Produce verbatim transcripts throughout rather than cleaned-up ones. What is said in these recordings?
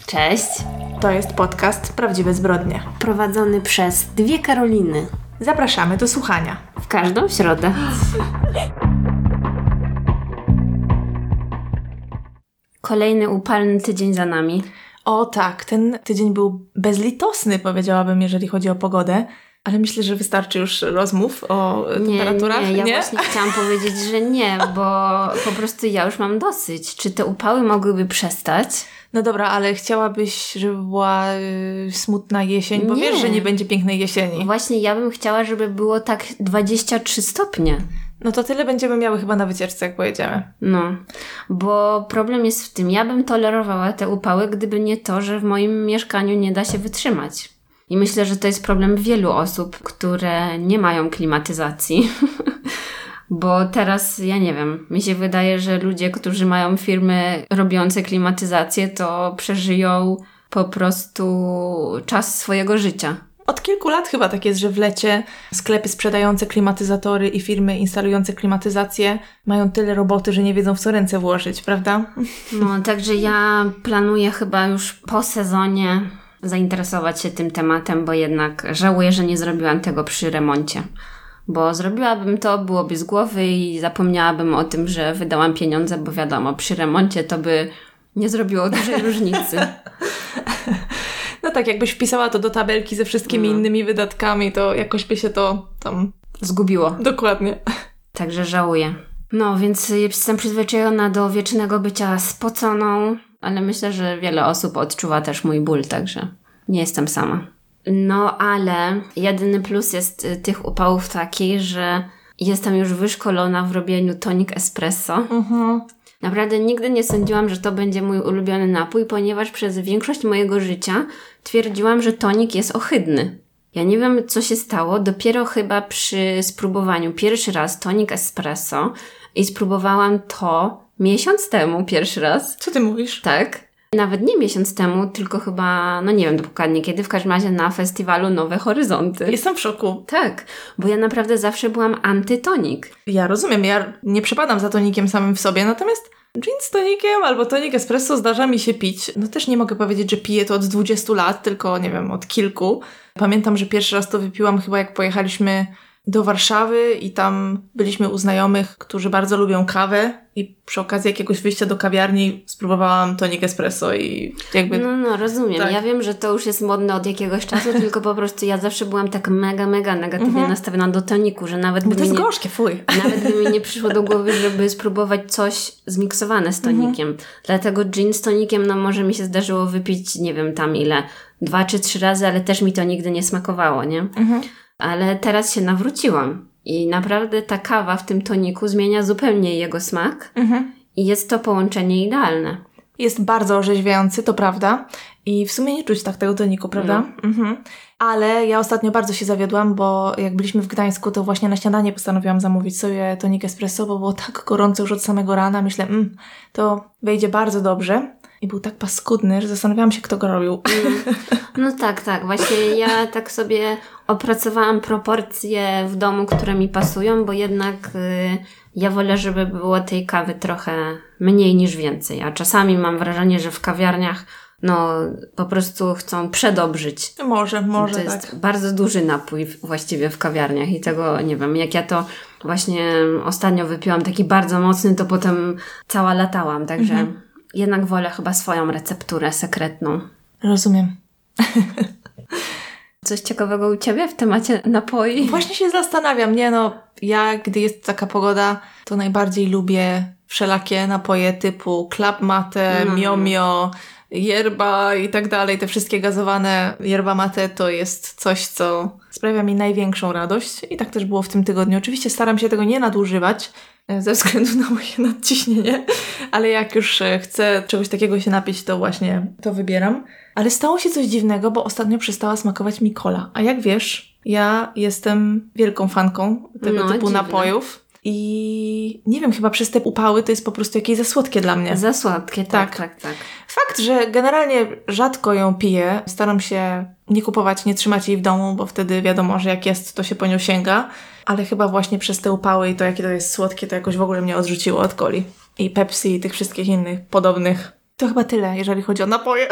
Cześć. To jest podcast Prawdziwe Zbrodnie. Prowadzony przez dwie Karoliny. Zapraszamy do słuchania. W każdą środę. Kolejny upalny tydzień za nami. O tak, ten tydzień był bezlitosny, powiedziałabym, jeżeli chodzi o pogodę. Ale myślę, że wystarczy już rozmów o nie, temperaturach. Nie, ja nie? właśnie chciałam powiedzieć, że nie, bo po prostu ja już mam dosyć. Czy te upały mogłyby przestać? No dobra, ale chciałabyś, żeby była y, smutna jesień, bo nie. wiesz, że nie będzie pięknej jesieni. Właśnie ja bym chciała, żeby było tak dwadzieścia trzy stopnie. No to tyle będziemy miały chyba na wycieczce, jak pojedziemy. No, bo problem jest w tym, ja bym tolerowała te upały, gdyby nie to, że w moim mieszkaniu nie da się wytrzymać. I myślę, że to jest problem wielu osób, które nie mają klimatyzacji. Bo teraz, ja nie wiem, mi się wydaje, że ludzie, którzy mają firmy robiące klimatyzację, to przeżyją po prostu czas swojego życia. Od kilku lat chyba tak jest, że w lecie sklepy sprzedające klimatyzatory i firmy instalujące klimatyzację mają tyle roboty, że nie wiedzą, w co ręce włożyć, prawda? No, także ja planuję chyba już po sezonie zainteresować się tym tematem, bo jednak żałuję, że nie zrobiłam tego przy remoncie. Bo zrobiłabym to, byłoby z głowy i zapomniałabym o tym, że wydałam pieniądze, bo wiadomo, przy remoncie to by nie zrobiło dużej różnicy. No tak, jakbyś wpisała to do tabelki ze wszystkimi no. innymi wydatkami, to jakoś by się to tam... zgubiło. Dokładnie. Także żałuję. No, więc jestem przyzwyczajona do wiecznego bycia spoconą, ale myślę, że wiele osób odczuwa też mój ból, także nie jestem sama. No, ale jedyny plus jest tych upałów taki, że jestem już wyszkolona w robieniu tonic espresso. Mhm. Naprawdę nigdy nie sądziłam, że to będzie mój ulubiony napój, ponieważ przez większość mojego życia twierdziłam, że tonik jest ohydny. Ja nie wiem, co się stało. Dopiero chyba przy spróbowaniu pierwszy raz tonic espresso i spróbowałam to miesiąc temu pierwszy raz. Co ty mówisz? Tak. Nawet nie miesiąc temu, tylko chyba, no nie wiem dokładnie kiedy, w każdym razie na festiwalu Nowe Horyzonty. Jestem w szoku. Tak, bo ja naprawdę zawsze byłam antytonik. Ja rozumiem, ja nie przepadam za tonikiem samym w sobie, natomiast gin z tonikiem albo tonik espresso zdarza mi się pić. No też nie mogę powiedzieć, że piję to od dwudziestu lat, tylko nie wiem, od kilku. Pamiętam, że pierwszy raz to wypiłam chyba jak pojechaliśmy do Warszawy i tam byliśmy u znajomych, którzy bardzo lubią kawę i przy okazji jakiegoś wyjścia do kawiarni spróbowałam tonic espresso i jakby... No, no, rozumiem. Tak. Ja wiem, że to już jest modne od jakiegoś czasu, tylko po prostu ja zawsze byłam tak mega, mega negatywnie mm-hmm. nastawiona do toniku, że nawet Bo by to mi jest nie, gorzkie, fuj. Nawet by mi nie przyszło do głowy, żeby spróbować coś zmiksowane z tonikiem. Mm-hmm. Dlatego gin z tonikiem, no może mi się zdarzyło wypić, nie wiem tam ile, dwa czy trzy razy, ale też mi to nigdy nie smakowało, nie? Mm-hmm. Ale teraz się nawróciłam i naprawdę ta kawa w tym toniku zmienia zupełnie jego smak mhm. i jest to połączenie idealne. Jest bardzo orzeźwiający, to prawda. I w sumie nie czuć tak tego toniku, prawda? No. Mhm. Ale ja ostatnio bardzo się zawiodłam, bo jak byliśmy w Gdańsku, to właśnie na śniadanie postanowiłam zamówić sobie tonic espresso, bo było tak gorąco już od samego rana. Myślę, mm, to wejdzie bardzo dobrze. I był tak paskudny, że zastanawiałam się, kto go robił. Mm. No tak, tak. Właśnie ja tak sobie opracowałam proporcje w domu, które mi pasują, bo jednak y, ja wolę, żeby było tej kawy trochę mniej niż więcej. A czasami mam wrażenie, że w kawiarniach no po prostu chcą przedobrzyć. Może, może To tak. jest bardzo duży napój właściwie w kawiarniach i tego nie wiem. Jak ja to właśnie ostatnio wypiłam taki bardzo mocny, to potem cała latałam. Także mhm. jednak wolę chyba swoją recepturę sekretną. Rozumiem. Coś ciekawego u Ciebie w temacie napoi? Właśnie się zastanawiam. Nie no, ja gdy jest taka pogoda, to najbardziej lubię wszelakie napoje typu Club Mate, no. Mio Mio, yerba i tak dalej. Te wszystkie gazowane yerba mate to jest coś, co sprawia mi największą radość. I tak też było w tym tygodniu. Oczywiście staram się tego nie nadużywać ze względu na moje nadciśnienie, ale jak już chcę czegoś takiego się napić, to właśnie to wybieram. Ale stało się coś dziwnego, bo ostatnio przestała smakować mi cola. A jak wiesz, ja jestem wielką fanką tego no, typu dziwne. napojów. I nie wiem, chyba przez te upały to jest po prostu jakieś za słodkie dla mnie. Za słodkie, tak, tak, tak, tak. Fakt, że generalnie rzadko ją piję. Staram się nie kupować, nie trzymać jej w domu, bo wtedy wiadomo, że jak jest, to się po nią sięga. Ale chyba właśnie przez te upały i to, jakie to jest słodkie, to jakoś w ogóle mnie odrzuciło od coli. I Pepsi i tych wszystkich innych podobnych To chyba tyle, jeżeli chodzi o napoje.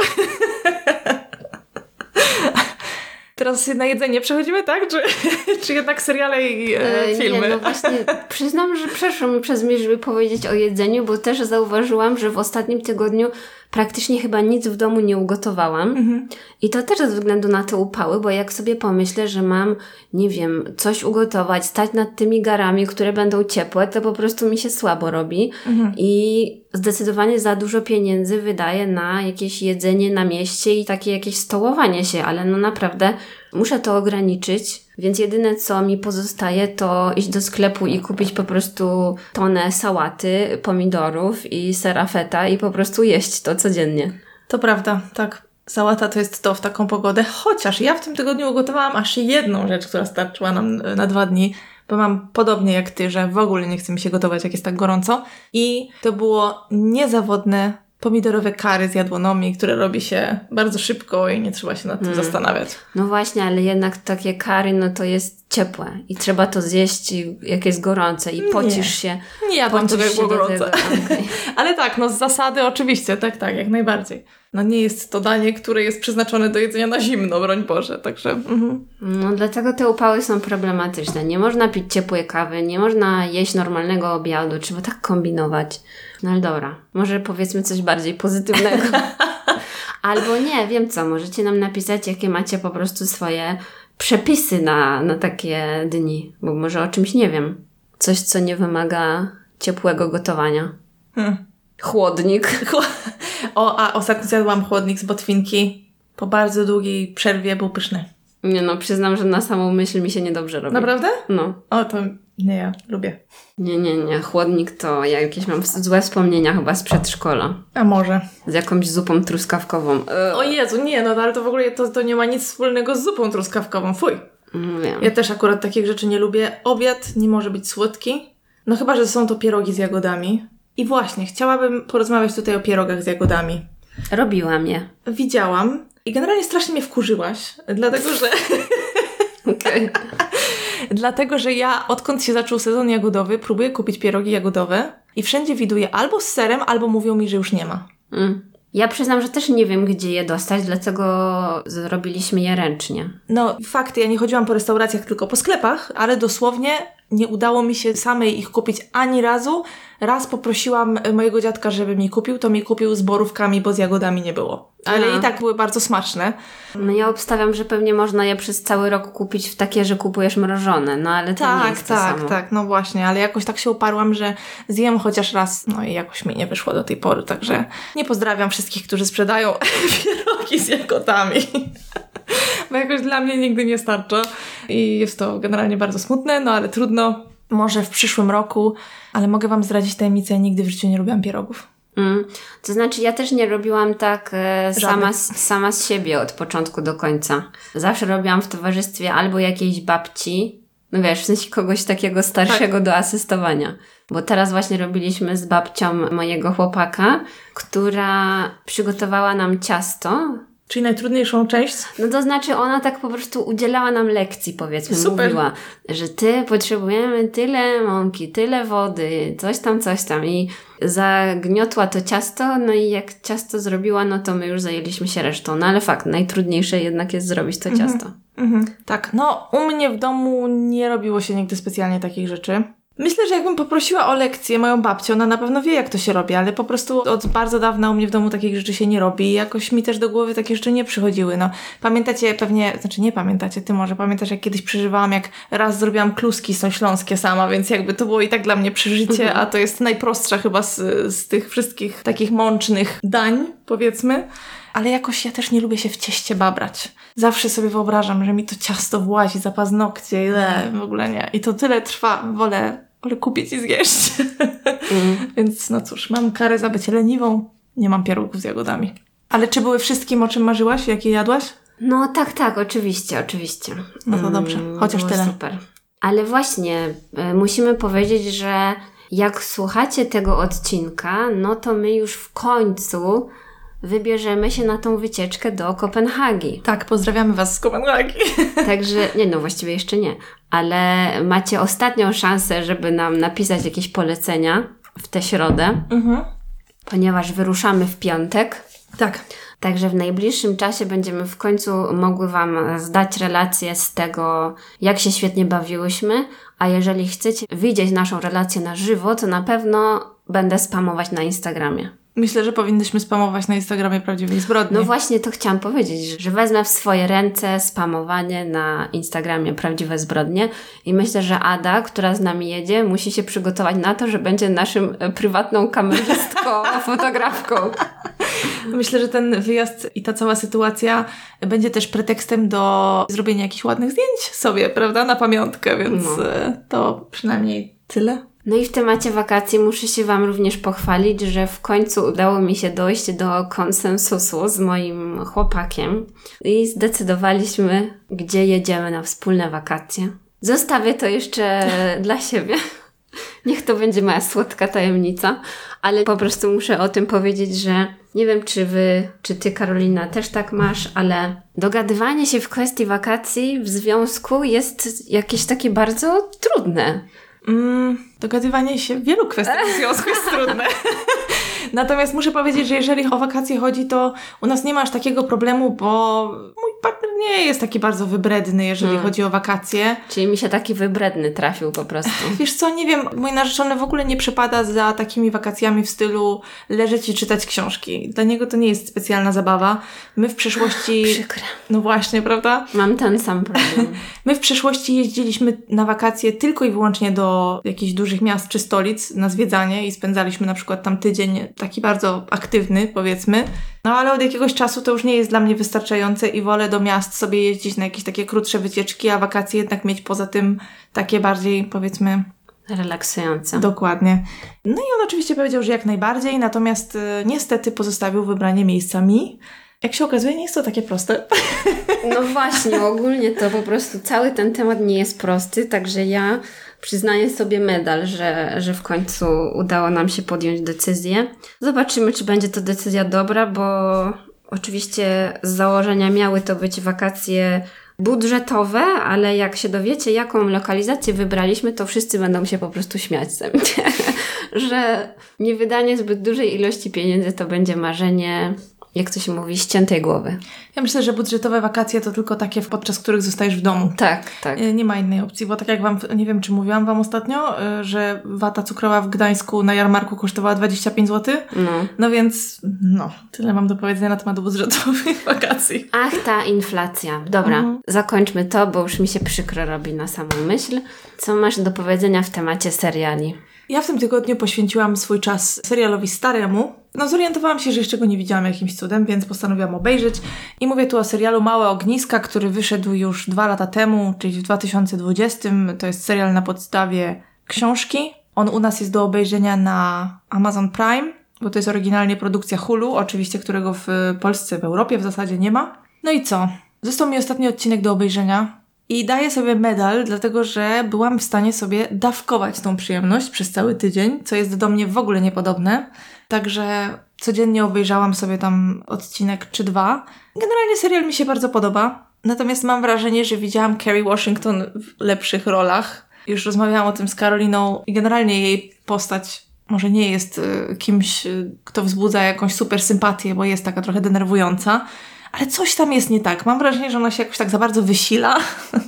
Teraz na jedzenie przechodzimy, tak? Czy, czy jednak seriale i e, filmy? Nie, no właśnie przyznam, że przeszło mi przez myśl, żeby powiedzieć o jedzeniu, bo też zauważyłam, że w ostatnim tygodniu praktycznie chyba nic w domu nie ugotowałam. Mhm. I to też ze względu na te upały, bo jak sobie pomyślę, że mam, nie wiem, coś ugotować, stać nad tymi garami, które będą ciepłe, to po prostu mi się słabo robi. Mhm. I zdecydowanie za dużo pieniędzy wydaję na jakieś jedzenie na mieście i takie jakieś stołowanie się, ale no naprawdę muszę to ograniczyć, więc jedyne co mi pozostaje to iść do sklepu i kupić po prostu tonę sałaty, pomidorów i sera feta i po prostu jeść to codziennie. To prawda, tak. Sałata to jest to w taką pogodę, chociaż ja w tym tygodniu ugotowałam aż jedną rzecz, która starczyła nam na dwa dni, bo mam podobnie jak ty, że w ogóle nie chce mi się gotować, jak jest tak gorąco. I to było niezawodne pomidorowe curry z jadłonomii, które robi się bardzo szybko i nie trzeba się nad tym hmm. zastanawiać. No właśnie, ale jednak takie curry, no to jest ciepłe i trzeba to zjeść, jak jest gorące i pocisz nie. się. Nie jadłam tego, jak było gorące. Okay. Ale tak, no z zasady oczywiście, tak, tak, jak najbardziej. No nie jest to danie, które jest przeznaczone do jedzenia na zimno, broń Boże, także... Mhm. No dlatego te upały są problematyczne. Nie można pić ciepłej kawy, nie można jeść normalnego obiadu, trzeba tak kombinować. No ale dobra, może powiedzmy coś bardziej pozytywnego. Albo nie, wiem co, możecie nam napisać, jakie macie po prostu swoje przepisy na, na takie dni, bo może o czymś nie wiem. Coś, co nie wymaga ciepłego gotowania. Hmm. Chłodnik. O, a ostatnio zjadłam chłodnik z botwinki. Po bardzo długiej przerwie był pyszny. Nie no, przyznam, że na samą myśl mi się niedobrze robi. Naprawdę? No. O, to nie ja, lubię. Nie, nie, nie. Chłodnik to ja jakieś mam złe wspomnienia chyba z przedszkola. A może. Z jakąś zupą truskawkową. O Jezu, nie, no ale to w ogóle to, to nie ma nic wspólnego z zupą truskawkową. Fuj. Wiem. Ja też akurat takich rzeczy nie lubię. Obiad nie może być słodki. No chyba, że są to pierogi z jagodami. I właśnie, chciałabym porozmawiać tutaj o pierogach z jagodami. Robiłam je. Widziałam. I generalnie strasznie mnie wkurzyłaś, dlatego że... Okej. Dlatego, że ja odkąd się zaczął sezon jagodowy, próbuję kupić pierogi jagodowe i wszędzie widuję albo z serem, albo mówią mi, że już nie ma. Mm. Ja przyznam, że też nie wiem, gdzie je dostać, dlatego zrobiliśmy je ręcznie. No, fakty, ja nie chodziłam po restauracjach, tylko po sklepach, ale dosłownie nie udało mi się samej ich kupić ani razu. Raz poprosiłam mojego dziadka, żeby mi kupił, to mi kupił z borówkami, bo z jagodami nie było. Ale A. i tak były bardzo smaczne. No ja obstawiam, że pewnie można je przez cały rok kupić w takie, że kupujesz mrożone, no ale to tak, nie jest to tak, samo. Tak, tak, no właśnie, ale jakoś tak się uparłam, że zjem chociaż raz, no i jakoś mi nie wyszło do tej pory, także nie pozdrawiam wszystkich, którzy sprzedają pierogi z jagodami. Bo jakoś dla mnie nigdy nie starcza i jest to generalnie bardzo smutne, no ale trudno. Może w przyszłym roku, ale mogę wam zdradzić tajemnicę, ja nigdy w życiu nie lubiłam pierogów. Mm. To znaczy ja też nie robiłam tak e, sama, z, sama z siebie od początku do końca. Zawsze robiłam w towarzystwie albo jakiejś babci, no wiesz, w sensie kogoś takiego starszego tak. do asystowania. Bo teraz właśnie robiliśmy z babcią mojego chłopaka, która przygotowała nam ciasto. Czyli najtrudniejszą część? No to znaczy ona tak po prostu udzielała nam lekcji, powiedzmy. Super. Mówiła, że ty potrzebujemy tyle mąki, tyle wody, coś tam, coś tam. I zagniotła to ciasto, no i jak ciasto zrobiła, no to my już zajęliśmy się resztą. No ale fakt, najtrudniejsze jednak jest zrobić to mhm. ciasto. Mhm. Tak, no u mnie w domu nie robiło się nigdy specjalnie takich rzeczy. Myślę, że jakbym poprosiła o lekcję moją babcię, ona na pewno wie, jak to się robi, ale po prostu od bardzo dawna u mnie w domu takich rzeczy się nie robi i jakoś mi też do głowy takie rzeczy nie przychodziły. No, pamiętacie pewnie, znaczy nie pamiętacie, ty może pamiętasz, jak kiedyś przeżywałam, jak raz zrobiłam kluski są śląskie sama, więc jakby to było i tak dla mnie przeżycie, mhm. a to jest najprostsza chyba z, z tych wszystkich takich mącznych dań, powiedzmy. Ale jakoś ja też nie lubię się w cieście babrać. Zawsze sobie wyobrażam, że mi to ciasto włazi za paznokcie i le, w ogóle nie. I to tyle trwa, wolę, wolę kupić i zjeść. Mm. Więc no cóż, mam karę za bycie leniwą, nie mam pierogów z jagodami. Ale czy były wszystkim, o czym marzyłaś, jakie jadłaś? No tak, tak, oczywiście, oczywiście. No to dobrze, chociaż Było tyle. Super. Ale właśnie, y, musimy powiedzieć, że jak słuchacie tego odcinka, no to my już w końcu wybierzemy się na tą wycieczkę do Kopenhagi. Tak, pozdrawiamy Was z Kopenhagi. Także, nie no, właściwie jeszcze nie, ale macie ostatnią szansę, żeby nam napisać jakieś polecenia w tę środę. Mhm. ponieważ wyruszamy w piątek. Tak. Także w najbliższym czasie będziemy w końcu mogły Wam zdać relację z tego, jak się świetnie bawiłyśmy, a jeżeli chcecie widzieć naszą relację na żywo, to na pewno będę spamować na Instagramie. Myślę, że powinnyśmy spamować na Instagramie Prawdziwej Zbrodni. No właśnie to chciałam powiedzieć, że wezmę w swoje ręce spamowanie na Instagramie Prawdziwe Zbrodnie i myślę, że Ada, która z nami jedzie, musi się przygotować na to, że będzie naszym prywatną kamerzystką, fotografką. Myślę, że ten wyjazd i ta cała sytuacja będzie też pretekstem do zrobienia jakichś ładnych zdjęć sobie, prawda, na pamiątkę, więc no. To przynajmniej tyle. No i w temacie wakacji muszę się Wam również pochwalić, że w końcu udało mi się dojść do konsensusu z moim chłopakiem i zdecydowaliśmy, gdzie jedziemy na wspólne wakacje. Zostawię to jeszcze dla siebie. Niech to będzie moja słodka tajemnica, ale po prostu muszę o tym powiedzieć, że nie wiem, czy Wy, czy Ty, Karolina, też tak masz, ale dogadywanie się w kwestii wakacji w związku jest jakieś takie bardzo trudne. Mm, dogadywanie się w wielu kwestiach w związku jest trudne. Natomiast muszę powiedzieć, że jeżeli o wakacje chodzi, to u nas nie ma aż takiego problemu, bo mój partner nie jest taki bardzo wybredny, jeżeli hmm. chodzi o wakacje. Czyli mi się taki wybredny trafił po prostu. Wiesz co, nie wiem, mój narzeczony w ogóle nie przepada za takimi wakacjami w stylu leżeć i czytać książki. Dla niego to nie jest specjalna zabawa. My w przeszłości... Przykre. No właśnie, prawda? Mam ten sam problem. My w przeszłości jeździliśmy na wakacje tylko i wyłącznie do jakichś dużych miast czy stolic na zwiedzanie i spędzaliśmy na przykład tam tydzień taki bardzo aktywny, powiedzmy. No ale od jakiegoś czasu to już nie jest dla mnie wystarczające i wolę do miast sobie jeździć na jakieś takie krótsze wycieczki, a wakacje jednak mieć poza tym takie bardziej, powiedzmy... relaksujące. Dokładnie. No i on oczywiście powiedział, że jak najbardziej, natomiast y, niestety pozostawił wybranie miejsca mi. Jak się okazuje, nie jest to takie proste. No właśnie, ogólnie to po prostu cały ten temat nie jest prosty, także ja przyznaję sobie medal, że, że w końcu udało nam się podjąć decyzję. Zobaczymy, czy będzie to decyzja dobra, bo oczywiście z założenia miały to być wakacje budżetowe, ale jak się dowiecie, jaką lokalizację wybraliśmy, to wszyscy będą się po prostu śmiać ze mnie, że niewydanie zbyt dużej ilości pieniędzy to będzie marzenie, jak to się mówi, ściętej głowy. Ja myślę, że budżetowe wakacje to tylko takie, podczas których zostajesz w domu. Tak, tak. Nie ma innej opcji, bo tak jak Wam, nie wiem, czy mówiłam Wam ostatnio, że wata cukrowa w Gdańsku na jarmarku kosztowała dwadzieścia pięć złotych. No. No więc, no, tyle mam do powiedzenia na temat budżetowych wakacji. Ach, ta inflacja. Dobra, mhm. Zakończmy to, bo już mi się przykro robi na samą myśl. Co masz do powiedzenia w temacie seriali? Ja w tym tygodniu poświęciłam swój czas serialowi staremu. No zorientowałam się, że jeszcze go nie widziałam jakimś cudem, więc postanowiłam obejrzeć. I mówię tu o serialu Małe Ogniska, który wyszedł już dwa lata temu, czyli w dwa tysiące dwudziestym. To jest serial na podstawie książki. On u nas jest do obejrzenia na Amazon Prime, bo to jest oryginalnie produkcja Hulu, oczywiście, którego w Polsce, w Europie w zasadzie nie ma. No i co? Został mi ostatni odcinek do obejrzenia. I daję sobie medal, dlatego że byłam w stanie sobie dawkować tą przyjemność przez cały tydzień, co jest do mnie w ogóle niepodobne. Także codziennie obejrzałam sobie tam odcinek czy dwa. Generalnie serial mi się bardzo podoba. Natomiast mam wrażenie, że widziałam Kerry Washington w lepszych rolach. Już rozmawiałam o tym z Karoliną i generalnie jej postać może nie jest y, kimś, y, kto wzbudza jakąś super sympatię, bo jest taka trochę denerwująca. Ale coś tam jest nie tak. Mam wrażenie, że ona się jakoś tak za bardzo wysila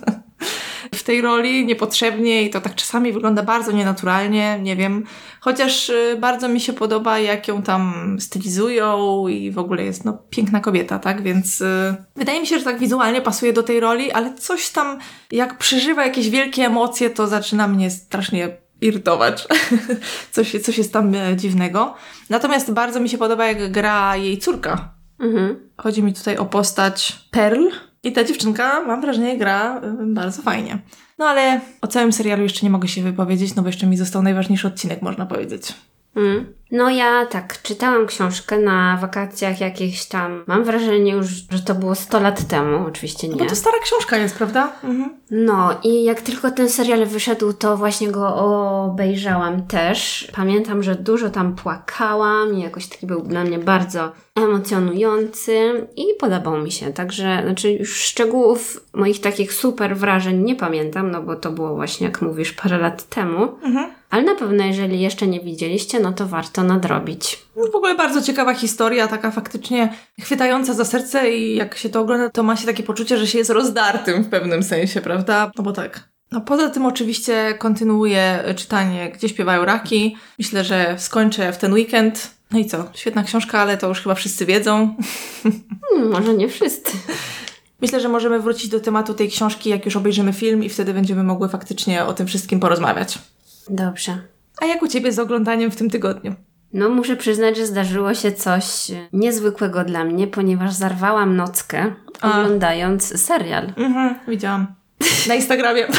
w tej roli niepotrzebnie i to tak czasami wygląda bardzo nienaturalnie, nie wiem. Chociaż bardzo mi się podoba, jak ją tam stylizują i w ogóle jest no piękna kobieta, tak? Więc yy, wydaje mi się, że tak wizualnie pasuje do tej roli, ale coś tam, jak przeżywa jakieś wielkie emocje, to zaczyna mnie strasznie irytować. coś, coś jest tam dziwnego. Natomiast bardzo mi się podoba, jak gra jej córka. Mhm. Chodzi mi tutaj o postać Pearl i ta dziewczynka, mam wrażenie, gra bardzo fajnie. No ale o całym serialu jeszcze nie mogę się wypowiedzieć, no bo jeszcze mi został najważniejszy odcinek, można powiedzieć. Mm. No ja tak, czytałam książkę na wakacjach jakieś tam, mam wrażenie już, że to było sto lat temu, oczywiście nie. No bo to stara książka jest, prawda? Mhm. No i jak tylko ten serial wyszedł, to właśnie go obejrzałam też. Pamiętam, że dużo tam płakałam i jakoś taki był dla mnie bardzo emocjonujący i podobał mi się. Także, znaczy już szczegółów moich takich super wrażeń nie pamiętam, no bo to było właśnie, jak mówisz, parę lat temu. Mhm. Ale na pewno, jeżeli jeszcze nie widzieliście, no to warto to nadrobić. W ogóle bardzo ciekawa historia, taka faktycznie chwytająca za serce i jak się to ogląda, to ma się takie poczucie, że się jest rozdartym w pewnym sensie, prawda? No bo tak. No poza tym oczywiście kontynuuję czytanie Gdzie śpiewają raki. Myślę, że skończę w ten weekend. No i co? Świetna książka, ale to już chyba wszyscy wiedzą. Hmm, może nie wszyscy. Myślę, że możemy wrócić do tematu tej książki, jak już obejrzymy film i wtedy będziemy mogły faktycznie o tym wszystkim porozmawiać. Dobrze. A jak u Ciebie z oglądaniem w tym tygodniu? No muszę przyznać, że zdarzyło się coś niezwykłego dla mnie, ponieważ zarwałam nockę A. oglądając serial. Mhm, widziałam. Na Instagramie.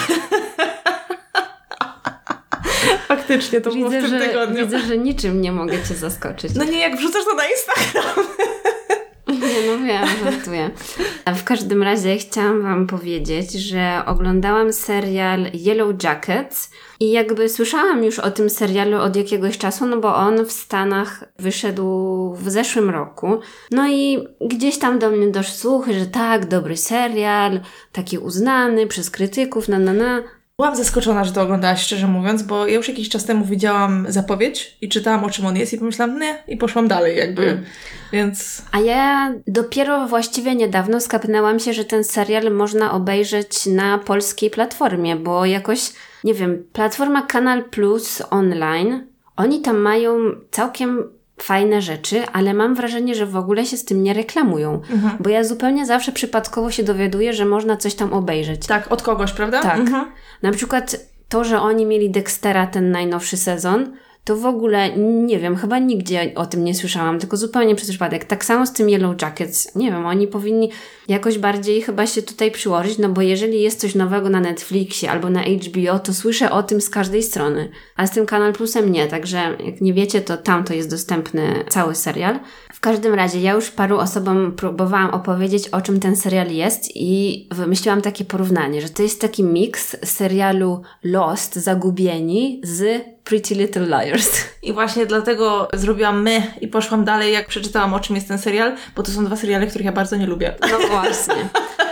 Faktycznie to było w tym że, tygodniu. Widzę, że niczym nie mogę Cię zaskoczyć. No nie, jak wrzucasz to na Instagram. Nie, no wiem, żartuję. A w każdym razie chciałam Wam powiedzieć, że oglądałam serial Yellow Jackets i jakby słyszałam już o tym serialu od jakiegoś czasu, no bo on w Stanach wyszedł w zeszłym roku. No i gdzieś tam do mnie doszły słuchy, że tak, dobry serial, taki uznany przez krytyków, na na na. Byłam zaskoczona, że to oglądałaś, szczerze mówiąc, bo ja już jakiś czas temu widziałam zapowiedź i czytałam, o czym on jest i pomyślałam, nie, i poszłam dalej jakby, mm. więc... A ja dopiero właściwie niedawno skapnęłam się, że ten serial można obejrzeć na polskiej platformie, bo jakoś, nie wiem, platforma Kanal Plus online, oni tam mają całkiem fajne rzeczy, ale mam wrażenie, że w ogóle się z tym nie reklamują. Mhm. Bo ja zupełnie zawsze przypadkowo się dowiaduję, że można coś tam obejrzeć. Tak, od kogoś, prawda? Tak. Mhm. Na przykład to, że oni mieli Dextera, ten najnowszy sezon, to w ogóle, nie wiem, chyba nigdzie o tym nie słyszałam, tylko zupełnie przez przypadek. Tak samo z tym Yellow Jackets. Nie wiem, oni powinni jakoś bardziej chyba się tutaj przyłożyć, no bo jeżeli jest coś nowego na Netflixie albo na H B O, to słyszę o tym z każdej strony. A z tym Kanal Plusem nie, także jak nie wiecie, to tam to jest dostępny cały serial. W każdym razie ja już paru osobom próbowałam opowiedzieć, o czym ten serial jest i wymyśliłam takie porównanie, że to jest taki miks serialu Lost, Zagubieni z Pretty Little Liars. I właśnie dlatego zrobiłam my i poszłam dalej, jak przeczytałam, o czym jest ten serial, bo to są dwa seriale, których ja bardzo nie lubię. No właśnie.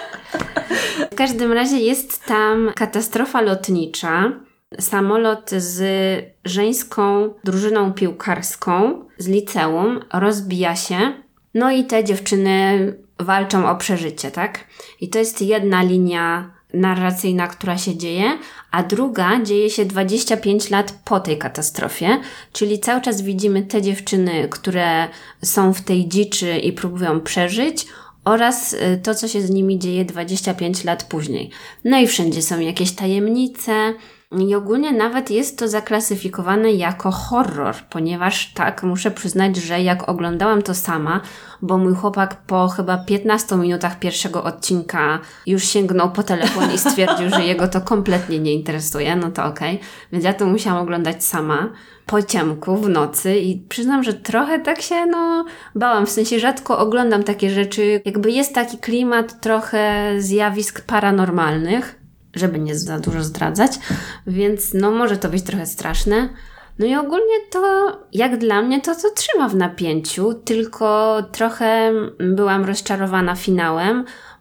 W każdym razie jest tam katastrofa lotnicza. Samolot z żeńską drużyną piłkarską z liceum rozbija się. No i te dziewczyny walczą o przeżycie, tak? I to jest jedna linia narracyjna, która się dzieje, a druga dzieje się dwadzieścia pięć lat po tej katastrofie, czyli cały czas widzimy te dziewczyny, które są w tej dziczy i próbują przeżyć, oraz to, co się z nimi dzieje dwadzieścia pięć lat później. No i wszędzie są jakieś tajemnice i ogólnie nawet jest to zaklasyfikowane jako horror, ponieważ tak, muszę przyznać, że jak oglądałam to sama, bo mój chłopak po chyba piętnastu minutach pierwszego odcinka już sięgnął po telefon i stwierdził, że jego to kompletnie nie interesuje, no to okej. Okay. Więc ja to musiałam oglądać sama po ciemku w nocy i przyznam, że trochę tak się no bałam, w sensie rzadko oglądam takie rzeczy, jakby jest taki klimat trochę zjawisk paranormalnych, żeby nie za dużo zdradzać, więc no może to być trochę straszne. No i ogólnie to, jak dla mnie, to to trzyma w napięciu, tylko trochę byłam rozczarowana finałem,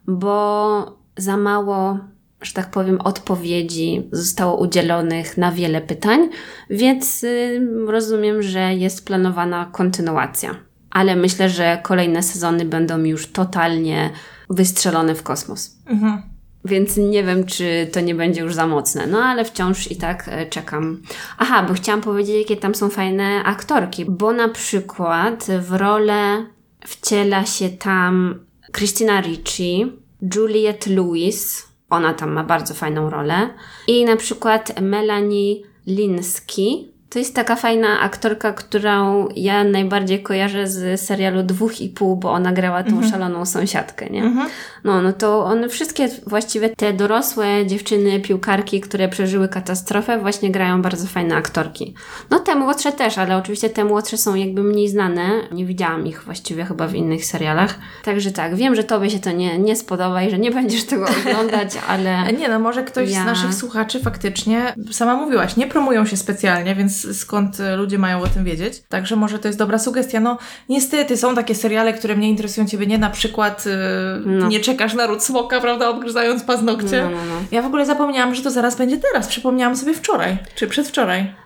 bo za mało, że tak powiem, odpowiedzi zostało udzielonych na wiele pytań, więc y, rozumiem, że jest planowana kontynuacja. Ale myślę, że kolejne sezony będą już totalnie wystrzelone w kosmos. Mhm. Więc nie wiem, czy to nie będzie już za mocne. No ale wciąż i tak e, czekam. Aha, bo chciałam powiedzieć, jakie tam są fajne aktorki. Bo na przykład w rolę wciela się tam Christina Ricci, Juliette Lewis. Ona tam ma bardzo fajną rolę. I na przykład Melanie Linsky. To jest taka fajna aktorka, którą ja najbardziej kojarzę z serialu Dwóch i pół, bo ona grała tą mm-hmm. szaloną sąsiadkę, nie? Mm-hmm. No, no to one wszystkie właściwie te dorosłe dziewczyny, piłkarki, które przeżyły katastrofę, właśnie grają bardzo fajne aktorki. No te młodsze też, ale oczywiście te młodsze są jakby mniej znane. Nie widziałam ich właściwie chyba w innych serialach. Także tak, wiem, że tobie się to nie, nie spodoba i że nie będziesz tego oglądać, ale... Nie no, może ktoś ja... z naszych słuchaczy faktycznie, sama mówiłaś, nie promują się specjalnie, więc skąd ludzie mają o tym wiedzieć. Także może to jest dobra sugestia. No niestety są takie seriale, które mnie interesują, ciebie nie. Na przykład yy, no. Nie czekasz na ród smoka, prawda, obgryzając paznokcie. No, no, no. Ja w ogóle zapomniałam, że to zaraz będzie teraz. Przypomniałam sobie wczoraj, czy przedwczoraj.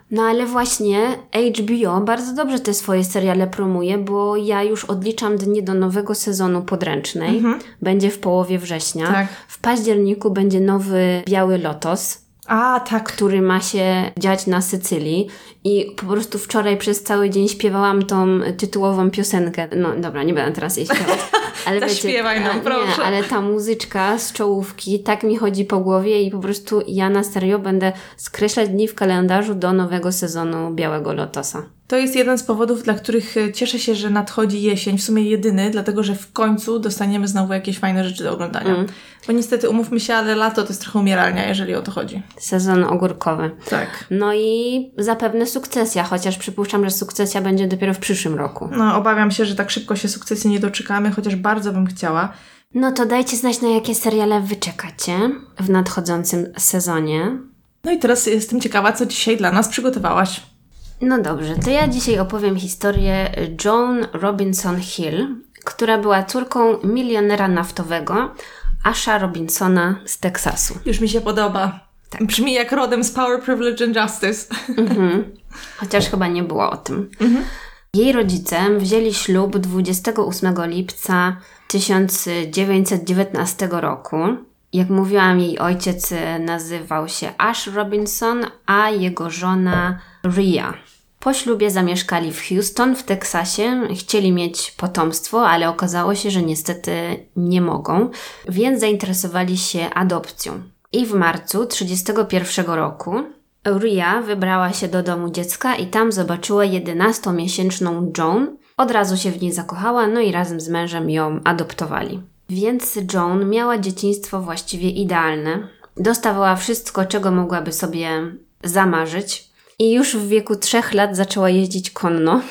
No ale właśnie H B O bardzo dobrze te swoje seriale promuje, bo ja już odliczam dni do nowego sezonu Podręcznej. Mhm. Będzie w połowie września. Tak. W październiku będzie nowy Biały Lotos. A, tak. Który ma się dziać na Sycylii i po prostu wczoraj przez cały dzień śpiewałam tą tytułową piosenkę. No dobra, nie będę teraz jej śpiewać. Ale wiecie, Zaśpiewaj nam, nie, proszę. ale ta muzyczka z czołówki tak mi chodzi po głowie i po prostu ja na serio będę skreślać dni w kalendarzu do nowego sezonu Białego Lotosa. To jest jeden z powodów, dla których cieszę się, że nadchodzi jesień, w sumie jedyny, dlatego że w końcu dostaniemy znowu jakieś fajne rzeczy do oglądania. Mm. Bo niestety, umówmy się, ale lato to jest trochę umieralnia, jeżeli o to chodzi. Sezon ogórkowy. Tak. No i zapewne Sukcesja, chociaż przypuszczam, że Sukcesja będzie dopiero w przyszłym roku. No, obawiam się, że tak szybko się Sukcesji nie doczekamy, chociaż bardzo bym chciała. No to dajcie znać, na jakie seriale wy czekacie w nadchodzącym sezonie. No i teraz jestem ciekawa, co dzisiaj dla nas przygotowałaś. No dobrze, to ja dzisiaj opowiem historię Joan Robinson Hill, która była córką milionera naftowego Asha Robinsona z Teksasu. Już mi się podoba. Tak. Brzmi jak rodem z Power, Privilege and Justice. Mhm. Chociaż chyba nie było o tym. Mhm. Jej rodzice wzięli ślub dwudziestego ósmego lipca tysiąc dziewięćset dziewiętnastego roku. Jak mówiłam, jej ojciec nazywał się Ash Robinson, a jego żona Rhea. Po ślubie zamieszkali w Houston w Teksasie, chcieli mieć potomstwo, ale okazało się, że niestety nie mogą, więc zainteresowali się adopcją. I w marcu trzydziestego pierwszego roku Rhea wybrała się do domu dziecka i tam zobaczyła jedenastomiesięczną Joan. Od razu się w niej zakochała, no i razem z mężem ją adoptowali. Więc Joan miała dzieciństwo właściwie idealne. Dostawała wszystko, czego mogłaby sobie zamarzyć. I już w wieku trzech lat zaczęła jeździć konno.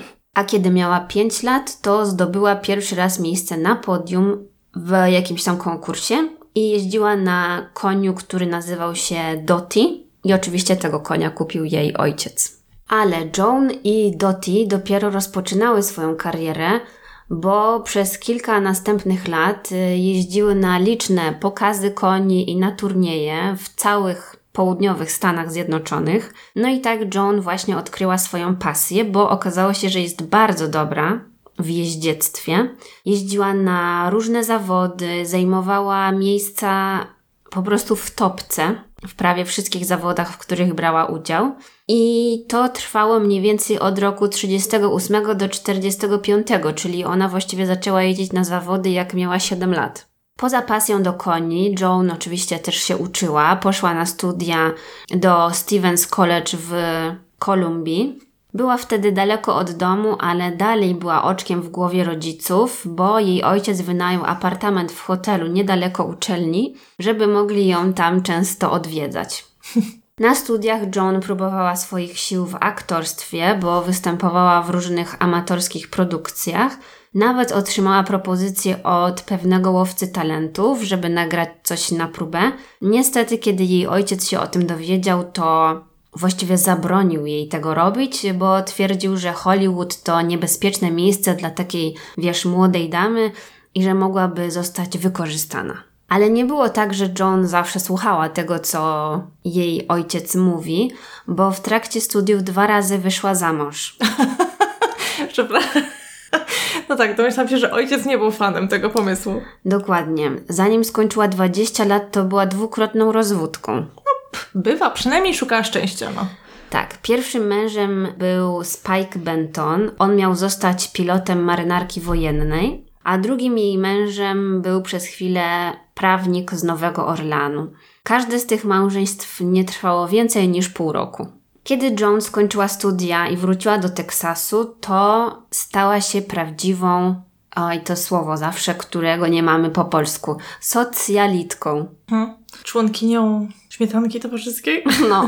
A kiedy miała pięć lat, to zdobyła pierwszy raz miejsce na podium w jakimś tam konkursie. I jeździła na koniu, który nazywał się Dottie. I oczywiście tego konia kupił jej ojciec. Ale Joan i Dottie dopiero rozpoczynały swoją karierę, bo przez kilka następnych lat jeździły na liczne pokazy koni i na turnieje w całych południowych Stanach Zjednoczonych. No i tak Joan właśnie odkryła swoją pasję, bo okazało się, że jest bardzo dobra w jeździectwie. Jeździła na różne zawody, zajmowała miejsca po prostu w topce w prawie wszystkich zawodach, w których brała udział. I to trwało mniej więcej od roku trzydziestego ósmego do czterdziestego piątego, czyli ona właściwie zaczęła jeździć na zawody, jak miała siedem lat. Poza pasją do koni, Joan oczywiście też się uczyła. Poszła na studia do Stevens College w Kolumbii. Była wtedy daleko od domu, ale dalej była oczkiem w głowie rodziców, bo jej ojciec wynajął apartament w hotelu niedaleko uczelni, żeby mogli ją tam często odwiedzać. Na studiach Joan próbowała swoich sił w aktorstwie, bo występowała w różnych amatorskich produkcjach. Nawet otrzymała propozycję od pewnego łowcy talentów, żeby nagrać coś na próbę. Niestety, kiedy jej ojciec się o tym dowiedział, to właściwie zabronił jej tego robić, bo twierdził, że Hollywood to niebezpieczne miejsce dla takiej, wiesz, młodej damy i że mogłaby zostać wykorzystana. Ale nie było tak, że Joan zawsze słuchała tego, co jej ojciec mówi, bo w trakcie studiów dwa razy wyszła za mąż. Przepraszam. No tak, domyślam się, że ojciec nie był fanem tego pomysłu. Dokładnie. Zanim skończyła dwadzieścia lat, to była dwukrotną rozwódką. No, bywa, przynajmniej szukała szczęścia, no. Tak, pierwszym mężem był Spike Benton. On miał zostać pilotem marynarki wojennej, a drugim jej mężem był przez chwilę prawnik z Nowego Orleanu. Każde z tych małżeństw nie trwało więcej niż pół roku. Kiedy Joan skończyła studia i wróciła do Teksasu, to stała się prawdziwą, oj to słowo zawsze, którego nie mamy po polsku, socjalitką. Hmm. Członkinią śmietanki towarzyskiej? No.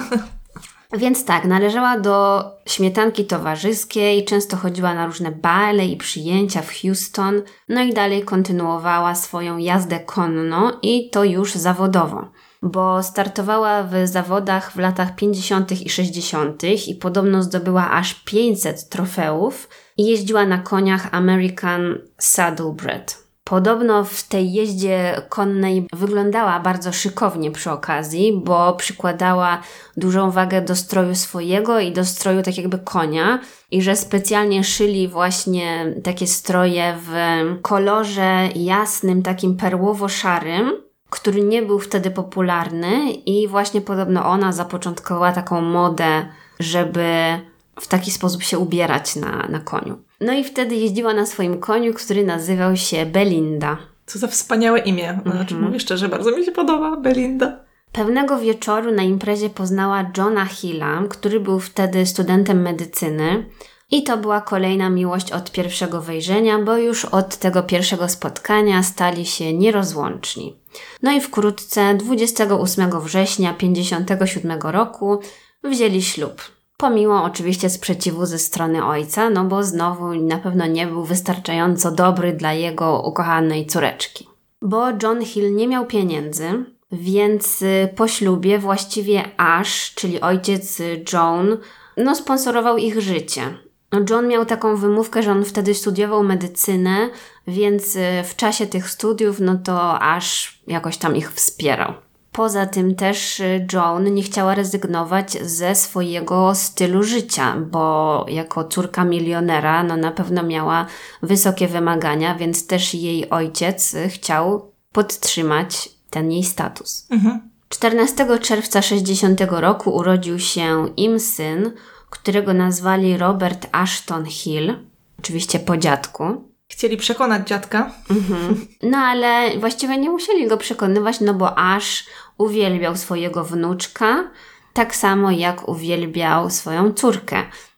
Więc tak, należała do śmietanki towarzyskiej, często chodziła na różne bale i przyjęcia w Houston, no i dalej kontynuowała swoją jazdę konno i to już zawodowo. Bo startowała w zawodach w latach pięćdziesiątych i sześćdziesiątych i podobno zdobyła aż pięćset trofeów i jeździła na koniach American Saddlebred. Podobno w tej jeździe konnej wyglądała bardzo szykownie przy okazji, bo przykładała dużą wagę do stroju swojego i do stroju tak jakby konia i że specjalnie szyli właśnie takie stroje w kolorze jasnym, takim perłowo-szarym, który nie był wtedy popularny i właśnie podobno ona zapoczątkowała taką modę, żeby w taki sposób się ubierać na, na koniu. No i wtedy jeździła na swoim koniu, który nazywał się Belinda. Co za wspaniałe imię. Znaczy, mm-hmm. Mówię szczerze, bardzo mi się podoba Belinda. Pewnego wieczoru na imprezie poznała Johna Hilla, który był wtedy studentem medycyny. I to była kolejna miłość od pierwszego wejrzenia, bo już od tego pierwszego spotkania stali się nierozłączni. No i wkrótce, dwudziestego ósmego września tysiąc dziewięćset pięćdziesiątego siódmego roku, wzięli ślub. Pomimo oczywiście sprzeciwu ze strony ojca, no bo znowu na pewno nie był wystarczająco dobry dla jego ukochanej córeczki. Bo John Hill nie miał pieniędzy, więc po ślubie właściwie Ash, czyli ojciec Joan, no sponsorował ich życie. No John miał taką wymówkę, że on wtedy studiował medycynę, więc w czasie tych studiów, no to Ash jakoś tam ich wspierał. Poza tym też Joan nie chciała rezygnować ze swojego stylu życia, bo jako córka milionera no na pewno miała wysokie wymagania, więc też jej ojciec chciał podtrzymać ten jej status. Mhm. czternastego czerwca sześćdziesiątego roku urodził się im syn, którego nazwali Robert Ashton Hill, oczywiście po dziadku. Chcieli przekonać dziadka. Mhm. No ale właściwie nie musieli go przekonywać, no bo Ash uwielbiał swojego wnuczka, tak samo jak uwielbiał swoją córkę.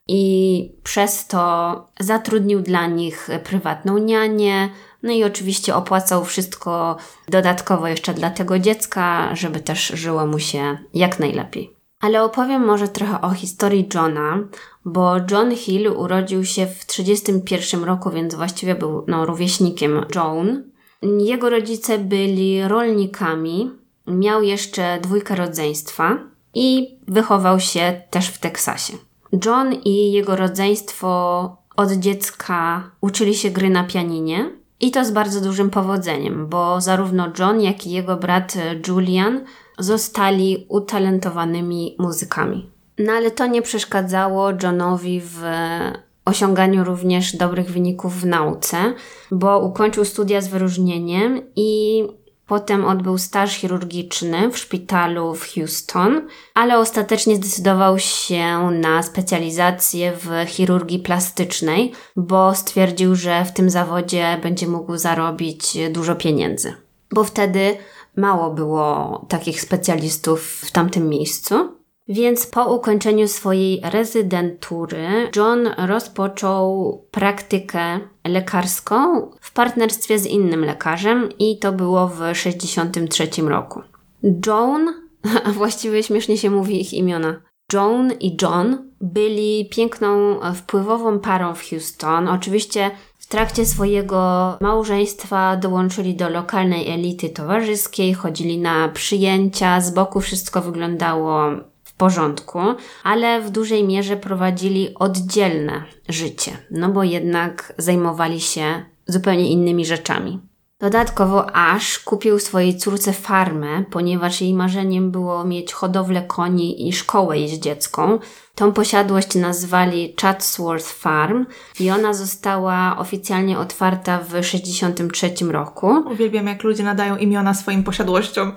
I przez to zatrudnił dla nich prywatną nianię, no i oczywiście opłacał wszystko dodatkowo jeszcze dla tego dziecka, żeby też żyło mu się jak najlepiej. Ale opowiem może trochę o historii Johna, bo John Hill urodził się w trzydziestym pierwszym roku, więc właściwie był no, rówieśnikiem Joan. Jego rodzice byli rolnikami, miał jeszcze dwójkę rodzeństwa i wychował się też w Teksasie. John i jego rodzeństwo od dziecka uczyli się gry na pianinie i to z bardzo dużym powodzeniem, bo zarówno John, jak i jego brat Julian zostali utalentowanymi muzykami. No ale to nie przeszkadzało Johnowi w osiąganiu również dobrych wyników w nauce, bo ukończył studia z wyróżnieniem i potem odbył staż chirurgiczny w szpitalu w Houston, ale ostatecznie zdecydował się na specjalizację w chirurgii plastycznej, bo stwierdził, że w tym zawodzie będzie mógł zarobić dużo pieniędzy. Bo wtedy mało było takich specjalistów w tamtym miejscu. Więc po ukończeniu swojej rezydentury John rozpoczął praktykę lekarską w partnerstwie z innym lekarzem i to było w sześćdziesiątym trzecim roku. Joan, a właściwie śmiesznie się mówi ich imiona, Joan i John byli piękną, wpływową parą w Houston. Oczywiście w trakcie swojego małżeństwa dołączyli do lokalnej elity towarzyskiej, chodzili na przyjęcia, z boku wszystko wyglądało w porządku, ale w dużej mierze prowadzili oddzielne życie, no bo jednak zajmowali się zupełnie innymi rzeczami. Dodatkowo Ash kupił swojej córce farmę, ponieważ jej marzeniem było mieć hodowlę koni i szkołę jeździecką. Tą posiadłość nazwali Chatsworth Farm i ona została oficjalnie otwarta w sześćdziesiątym trzecim roku. Uwielbiam, jak ludzie nadają imiona swoim posiadłościom.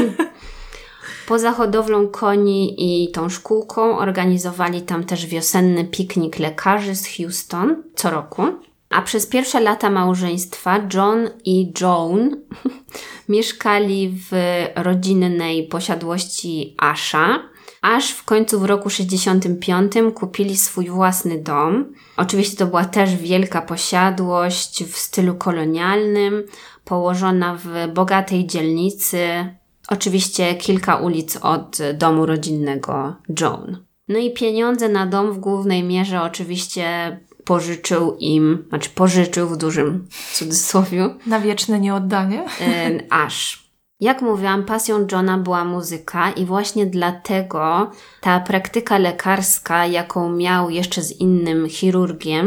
Poza hodowlą koni i tą szkółką organizowali tam też wiosenny piknik lekarzy z Houston co roku. A przez pierwsze lata małżeństwa John i Joan mieszkali w rodzinnej posiadłości Asha, aż w końcu w roku sześćdziesiątym piątym kupili swój własny dom. Oczywiście to była też wielka posiadłość w stylu kolonialnym, położona w bogatej dzielnicy, oczywiście kilka ulic od domu rodzinnego Joan. No i pieniądze na dom w głównej mierze oczywiście pożyczył im, znaczy pożyczył w dużym cudzysłowiu. Na wieczne nieoddanie. Ash. Jak mówiłam, pasją Johna była muzyka i właśnie dlatego ta praktyka lekarska, jaką miał jeszcze z innym chirurgiem,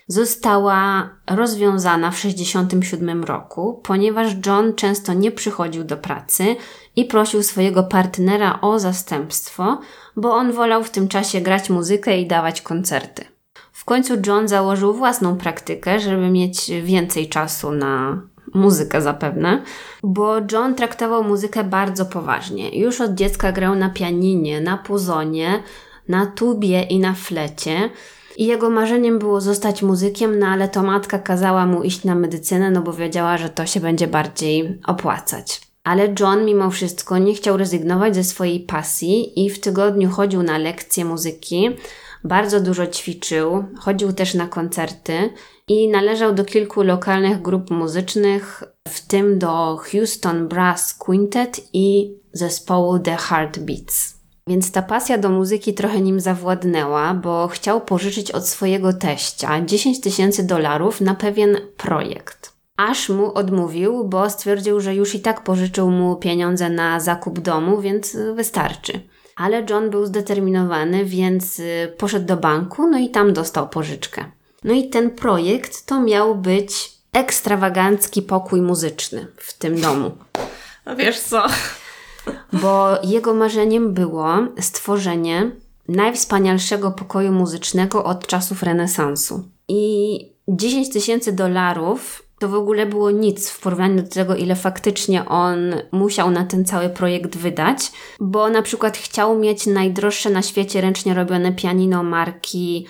została rozwiązana w sześćdziesiątym siódmym roku, ponieważ John często nie przychodził do pracy i prosił swojego partnera o zastępstwo, bo on wolał w tym czasie grać muzykę i dawać koncerty. W końcu John założył własną praktykę, żeby mieć więcej czasu na muzykę zapewne, bo John traktował muzykę bardzo poważnie. Już od dziecka grał na pianinie, na puzonie, na tubie i na flecie. I jego marzeniem było zostać muzykiem, no ale to matka kazała mu iść na medycynę, no bo wiedziała, że to się będzie bardziej opłacać. Ale John mimo wszystko nie chciał rezygnować ze swojej pasji i w tygodniu chodził na lekcje muzyki, bardzo dużo ćwiczył, chodził też na koncerty i należał do kilku lokalnych grup muzycznych, w tym do Houston Brass Quintet i zespołu The Heartbeats. Więc ta pasja do muzyki trochę nim zawładnęła, bo chciał pożyczyć od swojego teścia dziesięć tysięcy dolarów na pewien projekt. Aż mu odmówił, bo stwierdził, że już i tak pożyczył mu pieniądze na zakup domu, więc wystarczy. Ale John był zdeterminowany, więc poszedł do banku, no i tam dostał pożyczkę. No i ten projekt to miał być ekstrawagancki pokój muzyczny w tym domu. No wiesz co? Bo jego marzeniem było stworzenie najwspanialszego pokoju muzycznego od czasów renesansu. I dziesięć tysięcy dolarów to w ogóle było nic w porównaniu do tego, ile faktycznie on musiał na ten cały projekt wydać, bo na przykład chciał mieć najdroższe na świecie ręcznie robione pianino marki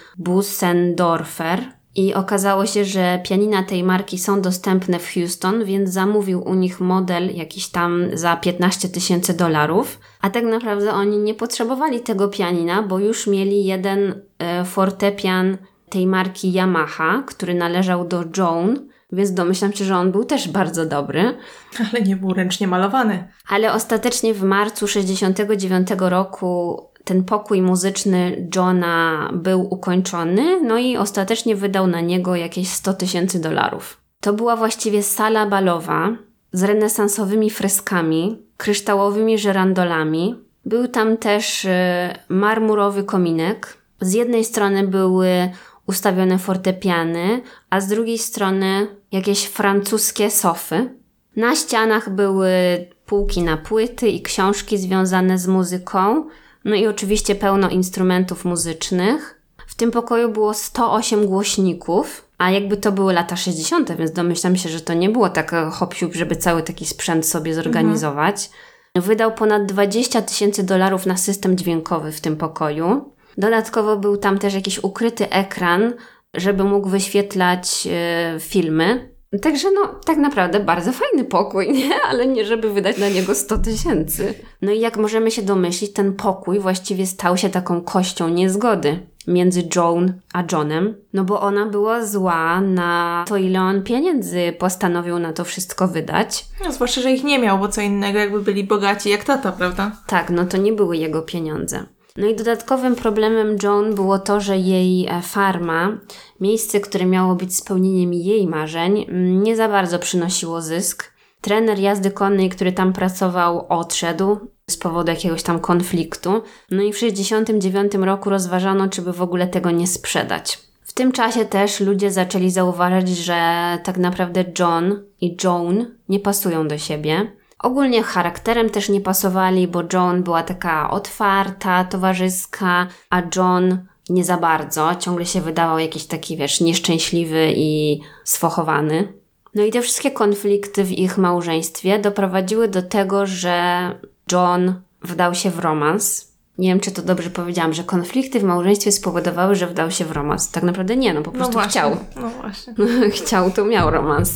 Bussendorfer i okazało się, że pianina tej marki są dostępne w Houston, więc zamówił u nich model jakiś tam za piętnaście tysięcy dolarów, a tak naprawdę oni nie potrzebowali tego pianina, bo już mieli jeden e, fortepian tej marki Yamaha, który należał do Joan, więc domyślam się, że on był też bardzo dobry. Ale nie był ręcznie malowany. Ale ostatecznie w marcu sześćdziesiątego dziewiątego roku ten pokój muzyczny Johna był ukończony, no i ostatecznie wydał na niego jakieś sto tysięcy dolarów. To była właściwie sala balowa z renesansowymi freskami, kryształowymi żerandolami. Był tam też y, marmurowy kominek. Z jednej strony były ustawione fortepiany, a z drugiej strony jakieś francuskie sofy. Na ścianach były półki na płyty i książki związane z muzyką, no i oczywiście pełno instrumentów muzycznych. W tym pokoju było sto osiem głośników, a jakby to były lata sześćdziesiąte, więc domyślam się, że to nie było tak hop-siup, żeby cały taki sprzęt sobie zorganizować. Mhm. Wydał ponad dwadzieścia tysięcy dolarów na system dźwiękowy w tym pokoju. Dodatkowo był tam też jakiś ukryty ekran, żeby mógł wyświetlać e, filmy. Także no, tak naprawdę bardzo fajny pokój, nie? Ale nie żeby wydać na niego sto tysięcy. No i jak możemy się domyślić, ten pokój właściwie stał się taką kością niezgody między Joan a Johnem, no bo ona była zła na to, ile on pieniędzy postanowił na to wszystko wydać. No, zwłaszcza, że ich nie miał, bo co innego jakby byli bogaci jak tata, prawda? Tak, no to nie były jego pieniądze. No i dodatkowym problemem Joan było to, że jej farma, miejsce, które miało być spełnieniem jej marzeń, nie za bardzo przynosiło zysk. Trener jazdy konnej, który tam pracował, odszedł z powodu jakiegoś tam konfliktu. No i w sześćdziesiątym dziewiątym roku rozważano, czy by w ogóle tego nie sprzedać. W tym czasie też ludzie zaczęli zauważać, że tak naprawdę John i Joan nie pasują do siebie. Ogólnie charakterem też nie pasowali, bo Joan była taka otwarta, towarzyska, a John nie za bardzo. Ciągle się wydawał jakiś taki, wiesz, nieszczęśliwy i sfochowany. No i te wszystkie konflikty w ich małżeństwie doprowadziły do tego, że John wdał się w romans. Nie wiem, czy to dobrze powiedziałam, że konflikty w małżeństwie spowodowały, że wdał się w romans. Tak naprawdę nie, no po prostu no właśnie, chciał. No właśnie. Chciał, to miał romans.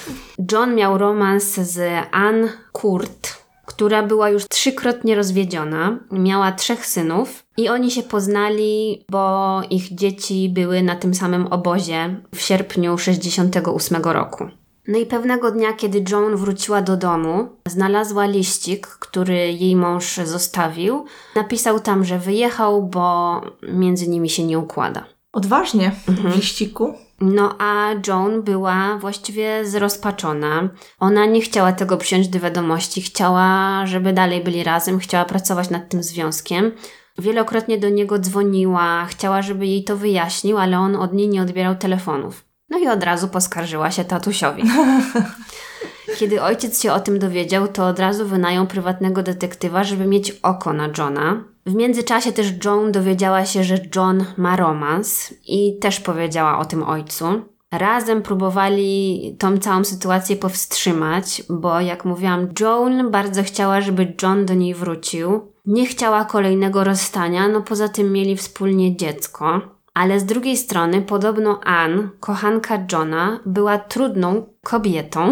John miał romans z Ann Kurt, która była już trzykrotnie rozwiedziona, miała trzech synów i oni się poznali, bo ich dzieci były na tym samym obozie w sierpniu sześćdziesiątego ósmego roku. No i pewnego dnia, kiedy Joan wróciła do domu, znalazła liścik, który jej mąż zostawił. Napisał tam, że wyjechał, bo między nimi się nie układa. Odważnie mhm. w liściku. No a Joan była właściwie zrozpaczona. Ona nie chciała tego przyjąć do wiadomości, chciała, żeby dalej byli razem, chciała pracować nad tym związkiem. wielokrotnie do niego dzwoniła, chciała, żeby jej to wyjaśnił, ale on od niej nie odbierał telefonów. No i od razu poskarżyła się tatusiowi. Kiedy ojciec się o tym dowiedział, to od razu wynajął prywatnego detektywa, żeby mieć oko na Johna. W międzyczasie też Joan dowiedziała się, że John ma romans i też powiedziała o tym ojcu. Razem próbowali tą całą sytuację powstrzymać, bo jak mówiłam, Joan bardzo chciała, żeby John do niej wrócił. Nie chciała kolejnego rozstania, no poza tym mieli wspólnie dziecko. Ale z drugiej strony podobno Ann, kochanka Johna, była trudną kobietą,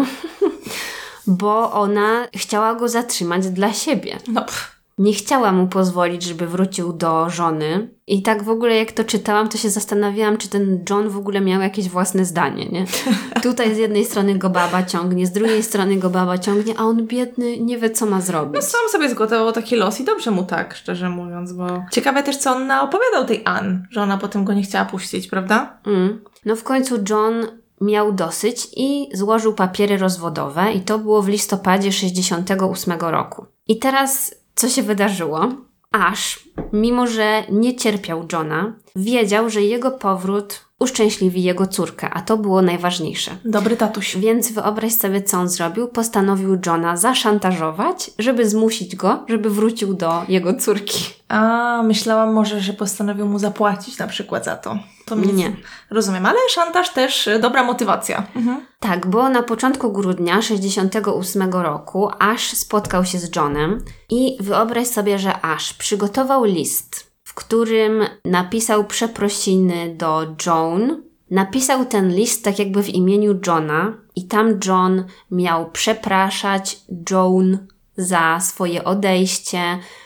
bo ona chciała go zatrzymać dla siebie. No pff. Nie chciała mu pozwolić, żeby wrócił do żony. I tak w ogóle jak to czytałam, to się zastanawiałam, czy ten John w ogóle miał jakieś własne zdanie, nie? Tutaj z jednej strony go baba ciągnie, z drugiej strony go baba ciągnie, a on biedny nie wie, co ma zrobić. No sam sobie zgotował taki los i dobrze mu tak, szczerze mówiąc, bo... Ciekawe też, co on naopowiadał tej Ann, że ona potem go nie chciała puścić, prawda? Mm. No w końcu John miał dosyć i złożył papiery rozwodowe i to było w listopadzie sześćdziesiątego ósmego roku. I teraz co się wydarzyło? Ash, mimo że nie cierpiał Johna, wiedział, że jego powrót uszczęśliwi jego córkę, a to było najważniejsze. Dobry tatuś. Więc wyobraź sobie, co on zrobił. Postanowił Johna zaszantażować, żeby zmusić go, żeby wrócił do jego córki. A, myślałam może, że postanowił mu zapłacić na przykład za to. To mnie Nie. Rozumiem, ale szantaż też dobra motywacja. Mhm. Tak, bo na początku grudnia sześćdziesiątego ósmego roku Ash spotkał się z Johnem i wyobraź sobie, że Ash przygotował list, w którym napisał przeprosiny do Joan. Napisał ten list tak jakby w imieniu Johna i tam John miał przepraszać Joan za swoje odejście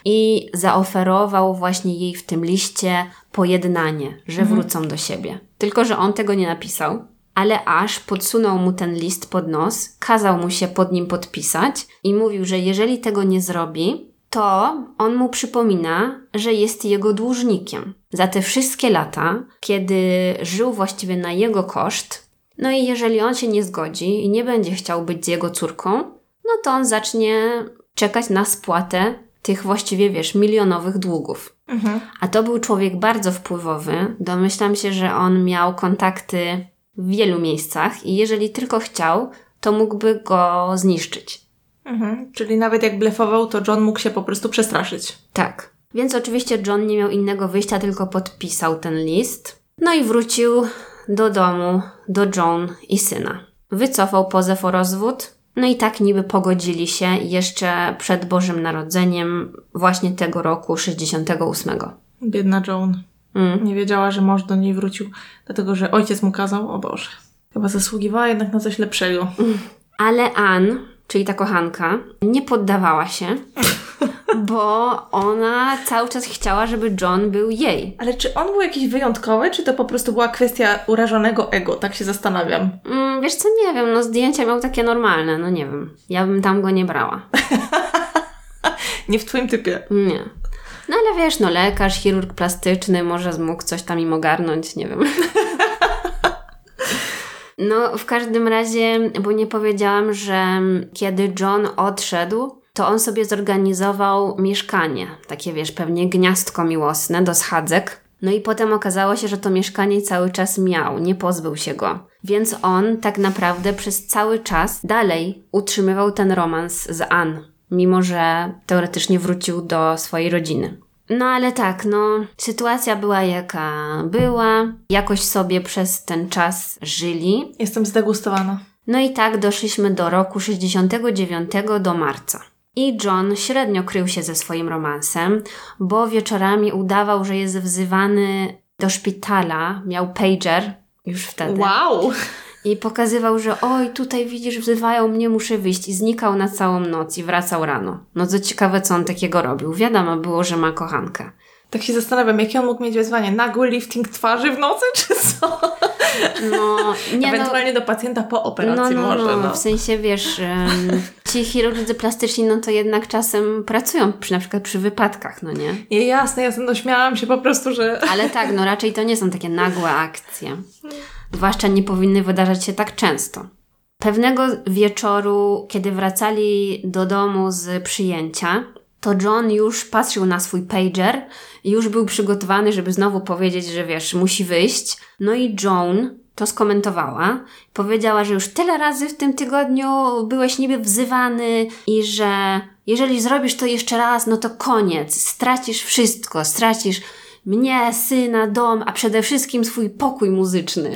i zaoferował właśnie jej w tym liście pojednanie, że mhm. wrócą do siebie. Tylko że on tego nie napisał, ale Ash podsunął mu ten list pod nos, kazał mu się pod nim podpisać i mówił, że jeżeli tego nie zrobi, to on mu przypomina, że jest jego dłużnikiem za te wszystkie lata, kiedy żył właściwie na jego koszt. No i jeżeli on się nie zgodzi i nie będzie chciał być z jego córką, no to on zacznie czekać na spłatę tych właściwie, wiesz, milionowych długów. Mhm. A to był człowiek bardzo wpływowy. Domyślam się, że on miał kontakty w wielu miejscach i jeżeli tylko chciał, to mógłby go zniszczyć. Mhm. Czyli nawet jak blefował, to John mógł się po prostu przestraszyć. Tak. Więc oczywiście John nie miał innego wyjścia, tylko podpisał ten list. No i wrócił do domu, do Joan i syna. Wycofał pozew o rozwód. No i tak niby pogodzili się jeszcze przed Bożym Narodzeniem właśnie tego roku sześćdziesiątego ósmego. Biedna Joan. Mm. Nie wiedziała, że mąż do niej wrócił, dlatego że ojciec mu kazał. O Boże. Chyba zasługiwała jednak na coś lepszego. Ale Ann, czyli ta kochanka, nie poddawała się, bo ona cały czas chciała, żeby John był jej. Ale czy on był jakiś wyjątkowy, czy to po prostu była kwestia urażonego ego? Tak się zastanawiam. Mm, wiesz co, nie wiem, no zdjęcia miał takie normalne, no nie wiem. Ja bym tam go nie brała. Nie w twoim typie. Nie. No ale wiesz, no lekarz, chirurg plastyczny, może mógł coś tam im ogarnąć, nie wiem. No w każdym razie, bo nie powiedziałam, że kiedy John odszedł, to on sobie zorganizował mieszkanie. Takie wiesz, pewnie gniazdko miłosne do schadzek. No i potem okazało się, że to mieszkanie cały czas miał, nie pozbył się go. Więc on tak naprawdę przez cały czas dalej utrzymywał ten romans z Ann, mimo że teoretycznie wrócił do swojej rodziny. No ale tak, no sytuacja była jaka była, jakoś sobie przez ten czas żyli. Jestem zdegustowana. No i tak doszliśmy do roku sześćdziesiątego dziewiątego do marca. I John średnio krył się ze swoim romansem, bo wieczorami udawał, że jest wzywany do szpitala, miał pager już wtedy. Wow! I pokazywał, że oj, tutaj widzisz, wzywają mnie, muszę wyjść. I znikał na całą noc i wracał rano. No co ciekawe, co on takiego robił. Wiadomo było, że ma kochankę. Tak się zastanawiam, jakie on mógł mieć wyzwanie? Nagły lifting twarzy w nocy, czy co? No, nie Ewentualnie no, do pacjenta po operacji no, no, może, no. no. W sensie, wiesz, um, ci chirurdzy plastyczni, no to jednak czasem pracują przy, na przykład przy wypadkach, no nie? Nie, jasne, jasne, no śmiałam się po prostu, że... Ale tak, no raczej to nie są takie nagłe akcje. Zwłaszcza nie powinny wydarzać się tak często. Pewnego wieczoru, kiedy wracali do domu z przyjęcia, to John już patrzył na swój pager i już był przygotowany, żeby znowu powiedzieć, że wiesz, musi wyjść. No i Joan to skomentowała. Powiedziała, że już tyle razy w tym tygodniu byłeś niby wzywany i że jeżeli zrobisz to jeszcze raz, no to koniec. Stracisz wszystko. Stracisz mnie, syna, dom, a przede wszystkim swój pokój muzyczny.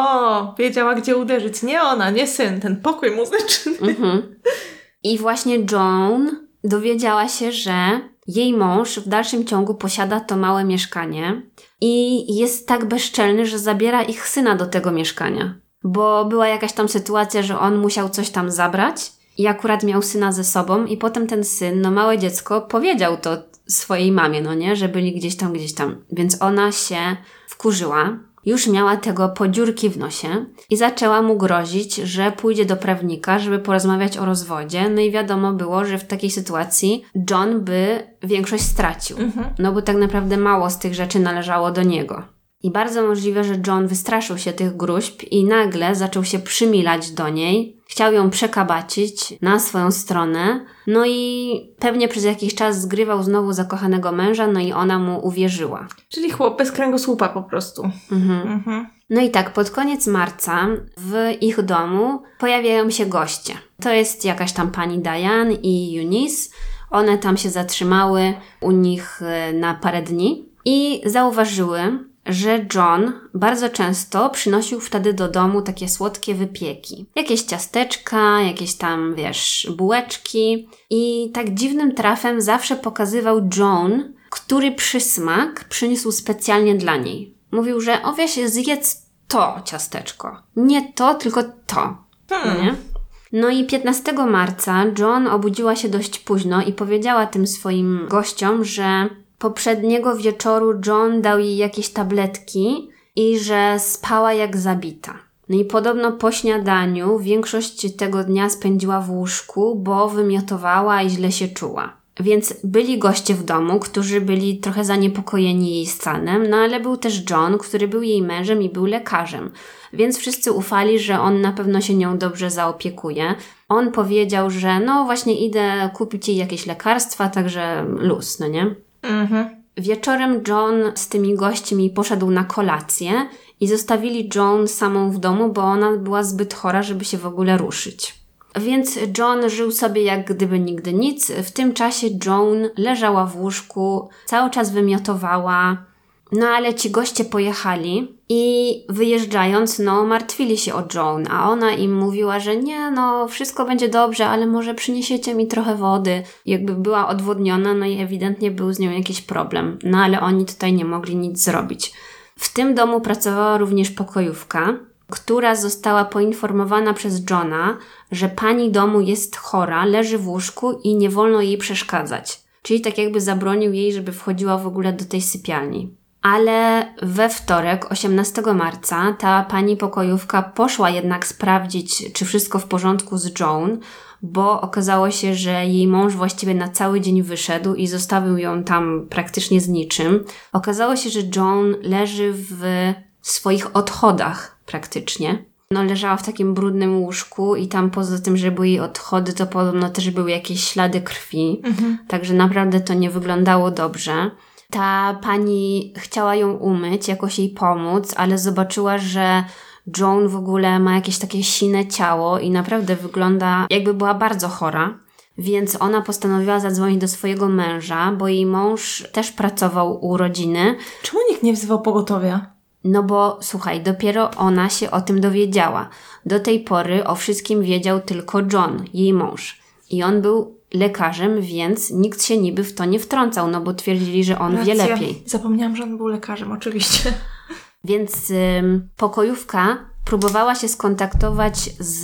O, wiedziała gdzie uderzyć. Nie ona, nie syn, ten pokój muzyczny. Mhm. I właśnie Joan dowiedziała się, że jej mąż w dalszym ciągu posiada to małe mieszkanie i jest tak bezczelny, że zabiera ich syna do tego mieszkania. Bo była jakaś tam sytuacja, że on musiał coś tam zabrać i akurat miał syna ze sobą i potem ten syn, no małe dziecko, powiedział to swojej mamie, no nie, że byli gdzieś tam, gdzieś tam. Więc ona się wkurzyła. Już miała tego po dziurki w nosie i zaczęła mu grozić, że pójdzie do prawnika, żeby porozmawiać o rozwodzie. No i wiadomo było, że w takiej sytuacji John by większość stracił. Mhm. No bo tak naprawdę mało z tych rzeczy należało do niego. I bardzo możliwe, że John wystraszył się tych gróźb i nagle zaczął się przymilać do niej. Chciał ją przekabacić na swoją stronę. No i pewnie przez jakiś czas zgrywał znowu zakochanego męża, no i ona mu uwierzyła. Czyli chłop bez kręgosłupa po prostu. Mhm. Mhm. No i tak, pod koniec marca w ich domu pojawiają się goście. To jest jakaś tam pani Diane i Eunice. One tam się zatrzymały u nich na parę dni i zauważyły, że John bardzo często przynosił wtedy do domu takie słodkie wypieki. Jakieś ciasteczka, jakieś tam, wiesz, bułeczki. I tak dziwnym trafem zawsze pokazywał Joan, który przysmak przyniósł specjalnie dla niej. Mówił, że o wiesz, zjedz to ciasteczko. Nie to, tylko to. Hmm. Nie? No i piętnastego marca Joan obudziła się dość późno i powiedziała tym swoim gościom, że poprzedniego wieczoru John dał jej jakieś tabletki i że spała jak zabita. No i podobno po śniadaniu większość tego dnia spędziła w łóżku, bo wymiotowała i źle się czuła. Więc byli goście w domu, którzy byli trochę zaniepokojeni jej stanem, no ale był też John, który był jej mężem i był lekarzem. Więc wszyscy ufali, że on na pewno się nią dobrze zaopiekuje. On powiedział, że no właśnie idę kupić jej jakieś lekarstwa, także luz, no nie? Mhm. Wieczorem John z tymi gośćmi poszedł na kolację i zostawili Joan samą w domu, bo ona była zbyt chora, żeby się w ogóle ruszyć. Więc John żył sobie jak gdyby nigdy nic. W tym czasie Joan leżała w łóżku, cały czas wymiotowała. No ale ci goście pojechali i wyjeżdżając, no martwili się o Joan, a ona im mówiła, że nie, no wszystko będzie dobrze, ale może przyniesiecie mi trochę wody. Jakby była odwodniona, no i ewidentnie był z nią jakiś problem. No ale oni tutaj nie mogli nic zrobić. W tym domu pracowała również pokojówka, która została poinformowana przez Johna, że pani domu jest chora, leży w łóżku i nie wolno jej przeszkadzać. Czyli tak jakby zabronił jej, żeby wchodziła w ogóle do tej sypialni. Ale we wtorek, osiemnastego marca, ta pani pokojówka poszła jednak sprawdzić, czy wszystko w porządku z Joan, bo okazało się, że jej mąż właściwie na cały dzień wyszedł i zostawił ją tam praktycznie z niczym. Okazało się, że Joan leży w swoich odchodach praktycznie. No leżała w takim brudnym łóżku i tam poza tym, że były jej odchody, to podobno też były jakieś ślady krwi. Mhm. Także naprawdę to nie wyglądało dobrze. Ta pani chciała ją umyć, jakoś jej pomóc, ale zobaczyła, że Joan w ogóle ma jakieś takie sine ciało i naprawdę wygląda jakby była bardzo chora. Więc ona postanowiła zadzwonić do swojego męża, bo jej mąż też pracował u rodziny. Czemu nikt nie wzywał pogotowia? No bo słuchaj, dopiero ona się o tym dowiedziała. Do tej pory o wszystkim wiedział tylko John, jej mąż. I on był lekarzem, więc nikt się niby w to nie wtrącał, no bo twierdzili, że on Racja. wie lepiej. Zapomniałam, że on był lekarzem, oczywiście. Więc ym, pokojówka próbowała się skontaktować z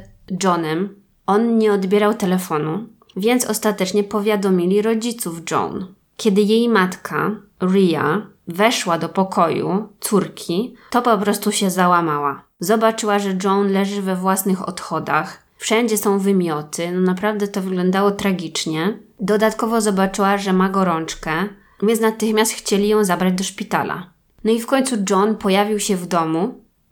Johnem. On nie odbierał telefonu, więc ostatecznie powiadomili rodziców Joan. Kiedy jej matka, Rhea, weszła do pokoju córki, to po prostu się załamała. Zobaczyła, że Joan leży we własnych odchodach. Wszędzie są wymioty, no naprawdę to wyglądało tragicznie. Dodatkowo zobaczyła, że ma gorączkę, więc natychmiast chcieli ją zabrać do szpitala. No i w końcu John pojawił się w domu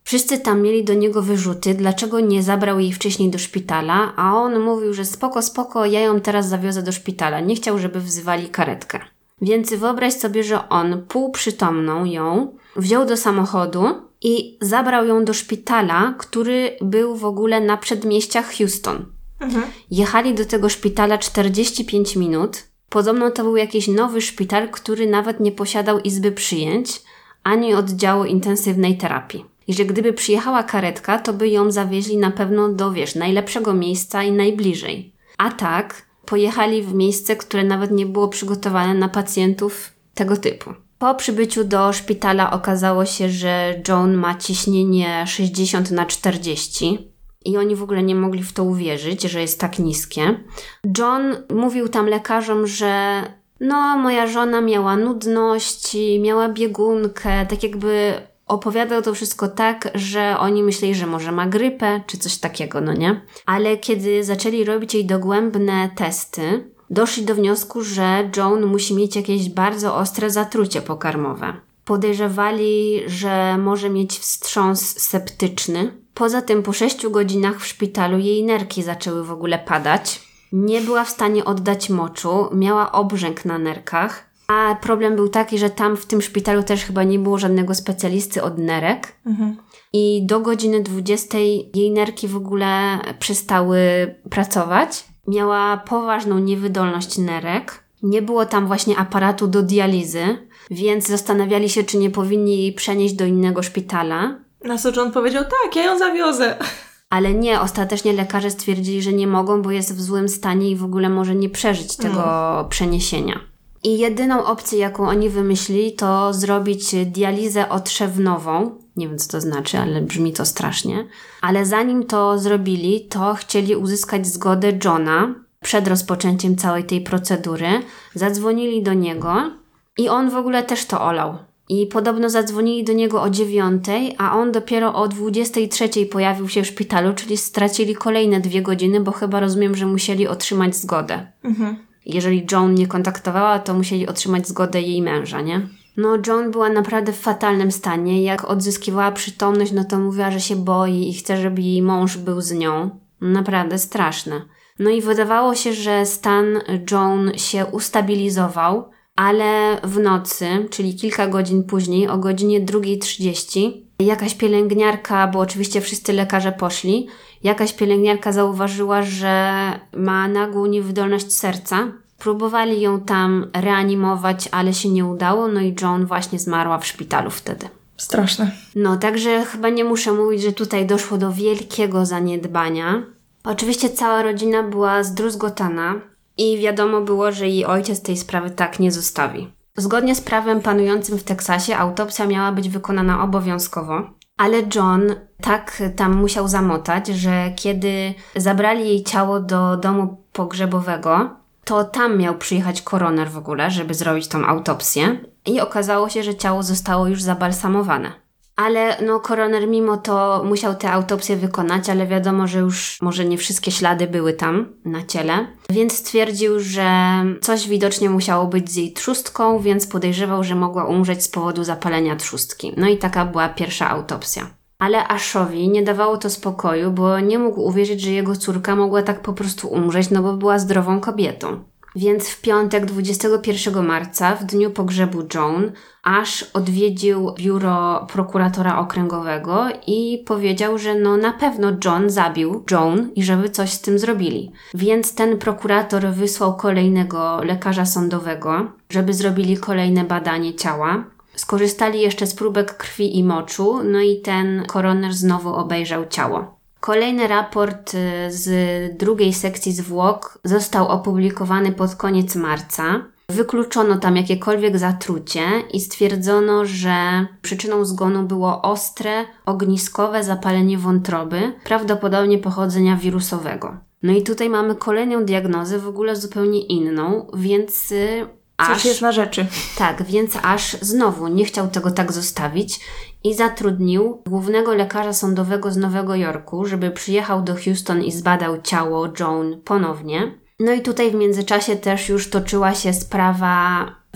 Wszyscy tam mieli do niego wyrzuty, dlaczego nie zabrał jej wcześniej do szpitala, a on mówił, że spoko, spoko, ja ją teraz zawiozę do szpitala. Nie chciał, żeby wzywali karetkę. Więc wyobraź sobie, że on półprzytomną ją wziął do samochodu i zabrał ją do szpitala, który był w ogóle na przedmieściach Houston. Mhm. Jechali do tego szpitala czterdzieści pięć minut. Podobno to był jakiś nowy szpital, który nawet nie posiadał izby przyjęć, ani oddziału intensywnej terapii. I że gdyby przyjechała karetka, to by ją zawieźli na pewno do, wiesz, najlepszego miejsca i najbliżej. A tak, pojechali w miejsce, które nawet nie było przygotowane na pacjentów tego typu. Po przybyciu do szpitala okazało się, że Joan ma ciśnienie sześćdziesiąt na czterdzieści i oni w ogóle nie mogli w to uwierzyć, że jest tak niskie. John mówił tam lekarzom, że no, moja żona miała nudności, miała biegunkę, tak jakby opowiadał to wszystko tak, że oni myśleli, że może ma grypę, czy coś takiego, no nie? Ale kiedy zaczęli robić jej dogłębne testy, doszli do wniosku, że Joan musi mieć jakieś bardzo ostre zatrucie pokarmowe. Podejrzewali, że może mieć wstrząs septyczny. Poza tym po sześciu godzinach w szpitalu jej nerki zaczęły w ogóle padać. Nie była w stanie oddać moczu, miała obrzęk na nerkach. A problem był taki, że tam w tym szpitalu też chyba nie było żadnego specjalisty od nerek. Mhm. I do godziny dwudziestej jej nerki w ogóle przestały pracować. Miała poważną niewydolność nerek. Nie było tam właśnie aparatu do dializy, więc zastanawiali się, czy nie powinni jej przenieść do innego szpitala. Na co John powiedział, tak, ja ją zawiozę. Ale nie, ostatecznie lekarze stwierdzili, że nie mogą, bo jest w złym stanie i w ogóle może nie przeżyć tego mm. przeniesienia. I jedyną opcję, jaką oni wymyślili, to zrobić dializę otrzewnową. Nie wiem, co to znaczy, ale brzmi to strasznie. Ale zanim to zrobili, to chcieli uzyskać zgodę Johna przed rozpoczęciem całej tej procedury. Zadzwonili do niego i on w ogóle też to olał. I podobno zadzwonili do niego o dziewiątej, a on dopiero o dwudziestej trzeciej pojawił się w szpitalu, czyli stracili kolejne dwie godziny, bo chyba rozumiem, że musieli otrzymać zgodę. Mhm. Jeżeli Joan nie kontaktowała, to musieli otrzymać zgodę jej męża, nie? No, Joan była naprawdę w fatalnym stanie. Jak odzyskiwała przytomność, no to mówiła, że się boi i chce, żeby jej mąż był z nią. Naprawdę straszne. No i wydawało się, że stan Joan się ustabilizował, ale w nocy, czyli kilka godzin później, o godzinie drugiej trzydzieści, jakaś pielęgniarka, bo oczywiście wszyscy lekarze poszli, jakaś pielęgniarka zauważyła, że ma nagłą niewydolność serca. Próbowali ją tam reanimować, ale się nie udało, no i Joan właśnie zmarła w szpitalu wtedy. Straszne. No, także chyba nie muszę mówić, że tutaj doszło do wielkiego zaniedbania. Oczywiście cała rodzina była zdruzgotana i wiadomo było, że jej ojciec tej sprawy tak nie zostawi. Zgodnie z prawem panującym w Teksasie autopsja miała być wykonana obowiązkowo, ale John tak tam musiał zamotać, że kiedy zabrali jej ciało do domu pogrzebowego, to tam miał przyjechać koroner w ogóle, żeby zrobić tą autopsję i okazało się, że ciało zostało już zabalsamowane. Ale no koroner mimo to musiał tę autopsję wykonać, ale wiadomo, że już może nie wszystkie ślady były tam na ciele, więc stwierdził, że coś widocznie musiało być z jej trzustką, więc podejrzewał, że mogła umrzeć z powodu zapalenia trzustki. No i taka była pierwsza autopsja. Ale Ashowi nie dawało to spokoju, bo nie mógł uwierzyć, że jego córka mogła tak po prostu umrzeć, no bo była zdrową kobietą. Więc w piątek dwudziestego pierwszego marca, w dniu pogrzebu Joan, Ash odwiedził biuro prokuratora okręgowego i powiedział, że no na pewno John zabił Joan i żeby coś z tym zrobili. Więc ten prokurator wysłał kolejnego lekarza sądowego, żeby zrobili kolejne badanie ciała. Skorzystali jeszcze z próbek krwi i moczu, no i ten koroner znowu obejrzał ciało. Kolejny raport z drugiej sekcji zwłok został opublikowany pod koniec marca. Wykluczono tam jakiekolwiek zatrucie i stwierdzono, że przyczyną zgonu było ostre, ogniskowe zapalenie wątroby, prawdopodobnie pochodzenia wirusowego. No i tutaj mamy kolejną diagnozę, w ogóle zupełnie inną, więc Aż, Coś jest na rzeczy. Tak, więc Ash znowu nie chciał tego tak zostawić i zatrudnił głównego lekarza sądowego z Nowego Jorku, żeby przyjechał do Houston i zbadał ciało Joan ponownie. No i tutaj w międzyczasie też już toczyła się sprawa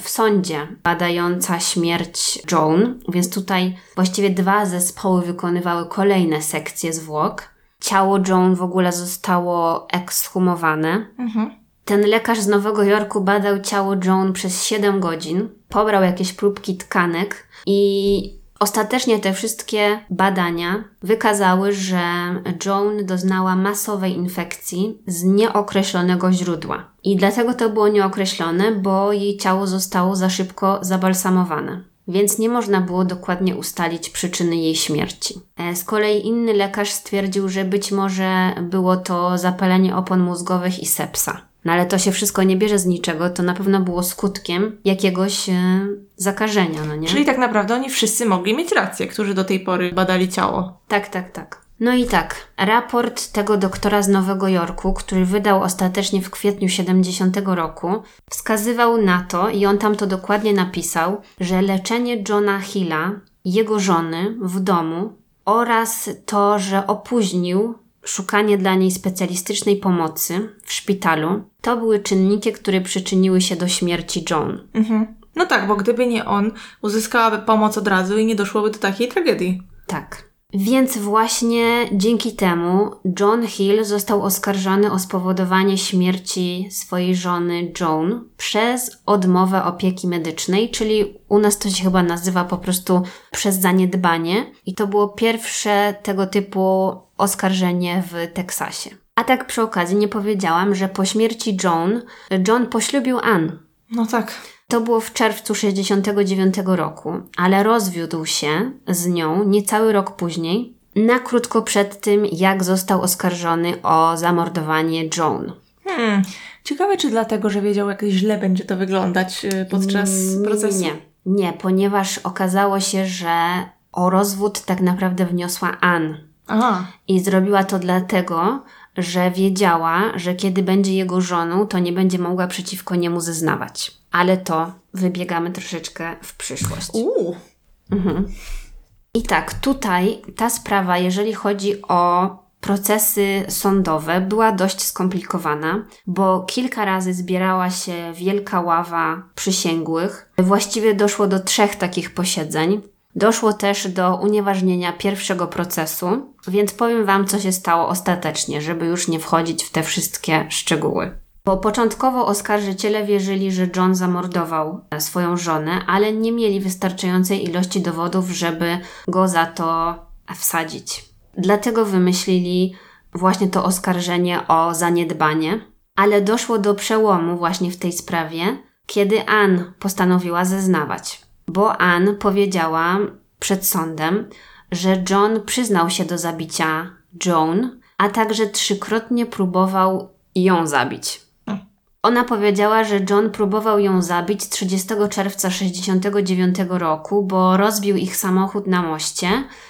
w sądzie badająca śmierć Joan, więc tutaj właściwie dwa zespoły wykonywały kolejne sekcje zwłok. Ciało Joan w ogóle zostało ekshumowane. Mhm. Ten lekarz z Nowego Jorku badał ciało Joan przez siedem godzin, pobrał jakieś próbki tkanek i ostatecznie te wszystkie badania wykazały, że Joan doznała masowej infekcji z nieokreślonego źródła. I dlatego to było nieokreślone, bo jej ciało zostało za szybko zabalsamowane. Więc nie można było dokładnie ustalić przyczyny jej śmierci. Z kolei inny lekarz stwierdził, że być może było to zapalenie opon mózgowych i sepsa. No ale to się wszystko nie bierze z niczego, to na pewno było skutkiem jakiegoś e, zakażenia, no nie? Czyli tak naprawdę oni wszyscy mogli mieć rację, którzy do tej pory badali ciało. Tak, tak, tak. No i tak, raport tego doktora z Nowego Jorku, który wydał ostatecznie w kwietniu siedemdziesiątego roku, wskazywał na to, i on tam to dokładnie napisał, że leczenie Johna Hilla, jego żony w domu oraz to, że opóźnił szukanie dla niej specjalistycznej pomocy w szpitalu, to były czynniki, które przyczyniły się do śmierci Joan. Mhm. No tak, bo gdyby nie on, uzyskałaby pomoc od razu i nie doszłoby do takiej tragedii. Tak. Więc właśnie dzięki temu John Hill został oskarżony o spowodowanie śmierci swojej żony Joan przez odmowę opieki medycznej, czyli u nas to się chyba nazywa po prostu przez zaniedbanie i to było pierwsze tego typu oskarżenie w Teksasie. A tak przy okazji nie powiedziałam, że po śmierci Joan, John poślubił Ann. No tak. To było w czerwcu sześćdziesiątego dziewiątego roku, ale rozwiódł się z nią niecały rok później, na krótko przed tym, jak został oskarżony o zamordowanie Joan. Hmm, ciekawe czy dlatego, że wiedział, jak źle będzie to wyglądać podczas nie, procesu? Nie, nie, ponieważ okazało się, że o rozwód tak naprawdę wniosła Ann. Aha. I zrobiła to dlatego, że wiedziała, że kiedy będzie jego żoną, to nie będzie mogła przeciwko niemu zeznawać. Ale to wybiegamy troszeczkę w przyszłość. Uuu. Mhm. I tak, tutaj ta sprawa, jeżeli chodzi o procesy sądowe, była dość skomplikowana, bo kilka razy zbierała się wielka ława przysięgłych. Właściwie doszło do trzech takich posiedzeń. Doszło też do unieważnienia pierwszego procesu, więc powiem Wam, co się stało ostatecznie, żeby już nie wchodzić w te wszystkie szczegóły. Bo początkowo oskarżyciele wierzyli, że John zamordował swoją żonę, ale nie mieli wystarczającej ilości dowodów, żeby go za to wsadzić. Dlatego wymyślili właśnie to oskarżenie o zaniedbanie, ale doszło do przełomu właśnie w tej sprawie, kiedy Ann postanowiła zeznawać. Bo Ann powiedziała przed sądem, że John przyznał się do zabicia Joan, a także trzykrotnie próbował ją zabić. Ona powiedziała, że John próbował ją zabić trzydziestego czerwca sześćdziesiątego dziewiątego roku, bo rozbił ich samochód na moście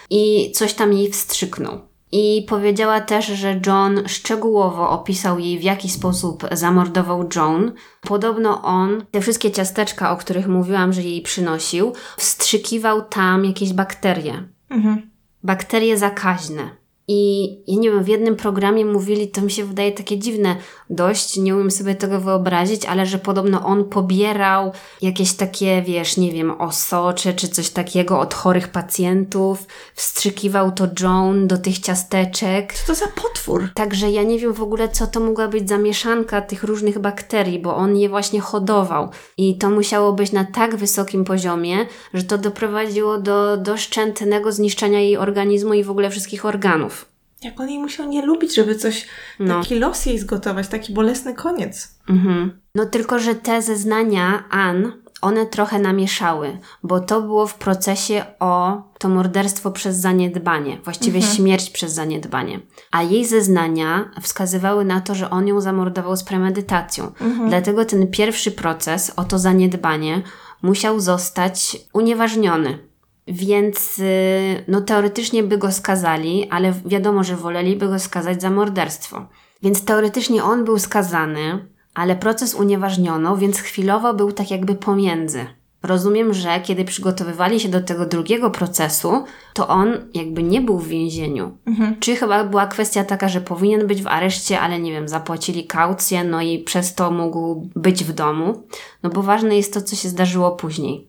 i coś tam jej wstrzyknął. I powiedziała też, że John szczegółowo opisał jej, w jaki sposób zamordował Joan. Podobno on, te wszystkie ciasteczka, o których mówiłam, że jej przynosił, wstrzykiwał tam jakieś bakterie. Mhm. Bakterie zakaźne. I ja nie wiem, w jednym programie mówili, to mi się wydaje takie dziwne dość, nie umiem sobie tego wyobrazić, ale że podobno on pobierał jakieś takie, wiesz, nie wiem, osocze czy coś takiego od chorych pacjentów, wstrzykiwał to Joan do tych ciasteczek. Co to za potwór? Także ja nie wiem w ogóle, co to mogła być za mieszanka tych różnych bakterii, bo on je właśnie hodował. I to musiało być na tak wysokim poziomie, że to doprowadziło do doszczętnego zniszczenia jej organizmu i w ogóle wszystkich organów. Jak on jej musiał nie lubić, żeby coś, no. taki los jej zgotować, taki bolesny koniec. Mhm. No tylko, że te zeznania Ann, one trochę namieszały, bo to było w procesie o to morderstwo przez zaniedbanie, właściwie mhm. śmierć przez zaniedbanie. A jej zeznania wskazywały na to, że on ją zamordował z premedytacją. Mhm. Dlatego ten pierwszy proces o to zaniedbanie musiał zostać unieważniony. Więc no teoretycznie by go skazali, ale wiadomo, że woleliby go skazać za morderstwo. Więc teoretycznie on był skazany, ale proces unieważniono, więc chwilowo był tak jakby pomiędzy. rozumiem, że kiedy przygotowywali się do tego drugiego procesu, to on jakby nie był w więzieniu. Mhm. Czy chyba była kwestia taka, że powinien być w areszcie, ale nie wiem, zapłacili kaucję, no i przez to mógł być w domu. No bo ważne jest to, co się zdarzyło później.